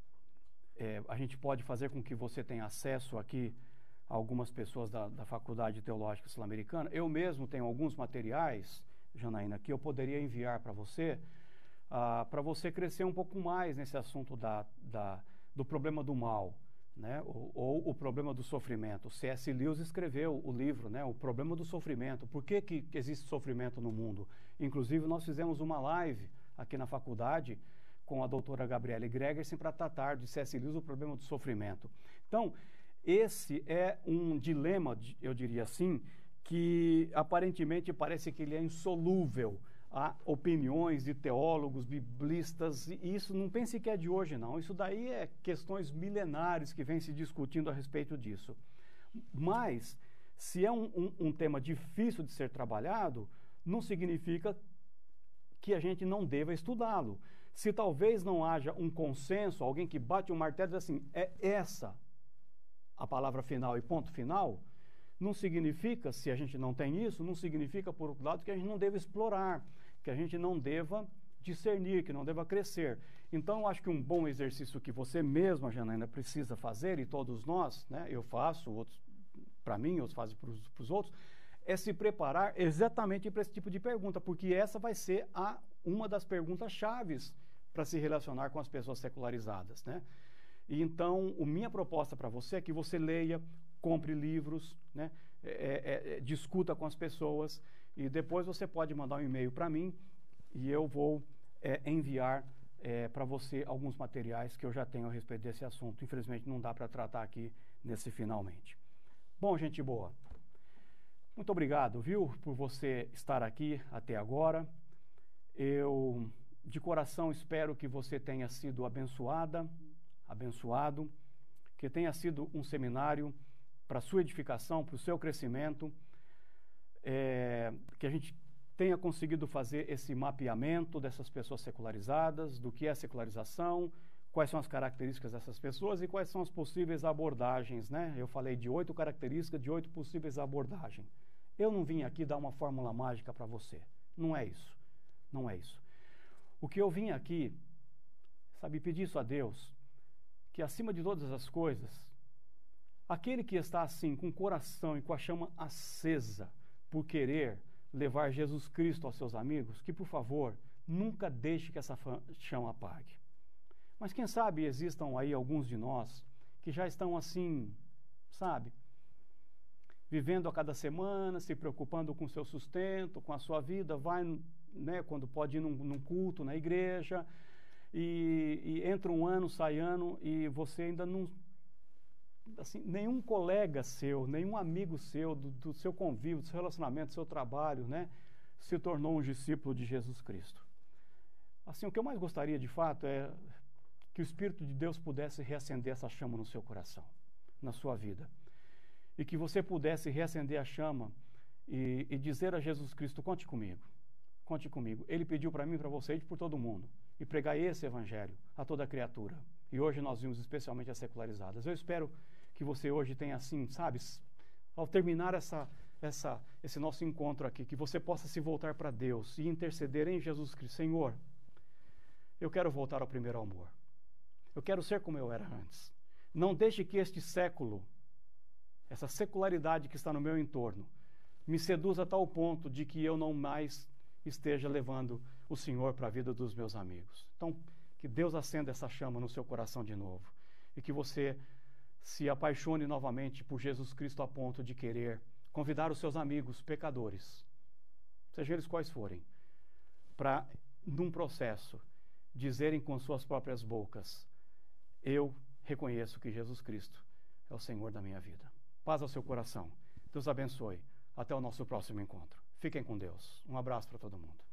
é, a gente pode fazer com que você tenha acesso aqui a algumas pessoas da, da Faculdade Teológica Sul-Americana. Eu mesmo tenho alguns materiais, Janaína, que eu poderia enviar para você, ah, para você crescer um pouco mais nesse assunto da, da, do problema do mal, né? ou, ou o problema do sofrimento. C S Lewis escreveu o livro, né? O Problema do Sofrimento. Por que, que existe sofrimento no mundo? Inclusive, nós fizemos uma live aqui na faculdade com a doutora Gabriele Gregersen para tratar de C S Lewis, o problema do sofrimento. Então, esse é um dilema, eu diria assim, que aparentemente parece que ele é insolúvel. Há opiniões de teólogos, biblistas, e isso não pense que é de hoje, não. Isso daí é questões milenares que vêm se discutindo a respeito disso. Mas, se é um, um, um tema difícil de ser trabalhado, não significa que a gente não deva estudá-lo. Se talvez não haja um consenso, alguém que bate um martelo e diz assim, é essa a palavra final e ponto final, não significa, se a gente não tem isso, não significa, por outro lado, que a gente não deva explorar, que a gente não deva discernir, que não deva crescer. Então, eu acho que um bom exercício que você mesma, Janaína, precisa fazer, e todos nós, né, eu faço, outros para mim, outros fazem para os outros, é se preparar exatamente para esse tipo de pergunta, porque essa vai ser a, uma das perguntas chaves para se relacionar com as pessoas secularizadas, né? E então, a minha proposta para você é que você leia, compre livros, né? é, é, é, discuta com as pessoas, e depois você pode mandar um e-mail para mim e eu vou é, enviar é, para você alguns materiais que eu já tenho a respeito desse assunto. Infelizmente não dá para tratar aqui nesse finalmente. Bom, gente boa, muito obrigado, viu, por você estar aqui até agora. Eu, de coração, espero que você tenha sido abençoada, abençoado, que tenha sido um seminário para a sua edificação, para o seu crescimento, é, que a gente tenha conseguido fazer esse mapeamento dessas pessoas secularizadas, do que é a secularização, quais são as características dessas pessoas e quais são as possíveis abordagens, né? Eu falei de oito características, de oito possíveis abordagens. Eu não vim aqui dar uma fórmula mágica para você, não é isso, não é isso. O que eu vim aqui, sabe, pedir isso a Deus, que acima de todas as coisas, aquele que está assim, com o coração e com a chama acesa por querer levar Jesus Cristo aos seus amigos, que por favor, nunca deixe que essa chama apague. Mas quem sabe existam aí alguns de nós que já estão assim, sabe, vivendo a cada semana, se preocupando com o seu sustento, com a sua vida, vai, né, quando pode ir num, num culto na igreja, e, e entra um ano, sai ano, e você ainda não, assim, nenhum colega seu, nenhum amigo seu, do, do seu convívio, do seu relacionamento, do seu trabalho, né, se tornou um discípulo de Jesus Cristo. Assim, o que eu mais gostaria, de fato, é que o Espírito de Deus pudesse reacender essa chama no seu coração, na sua vida. E que você pudesse reacender a chama e, e dizer a Jesus Cristo, conte comigo, conte comigo. Ele pediu para mim, para você e por todo mundo, e pregar esse evangelho a toda criatura. E hoje nós vimos especialmente as secularizadas. Eu espero que você hoje tenha assim, sabe, ao terminar essa, essa, esse nosso encontro aqui, que você possa se voltar para Deus e interceder em Jesus Cristo. Senhor, eu quero voltar ao primeiro amor. Eu quero ser como eu era antes. Não deixe que este século, essa secularidade que está no meu entorno, me seduza a tal ponto de que eu não mais esteja levando o Senhor para a vida dos meus amigos. Então, que Deus acenda essa chama no seu coração de novo e que você se apaixone novamente por Jesus Cristo a ponto de querer convidar os seus amigos pecadores, sejam eles quais forem, para, num processo, dizerem com suas próprias bocas, eu reconheço que Jesus Cristo é o Senhor da minha vida. Paz ao seu coração. Deus abençoe. Até o nosso próximo encontro. Fiquem com Deus. Um abraço para todo mundo.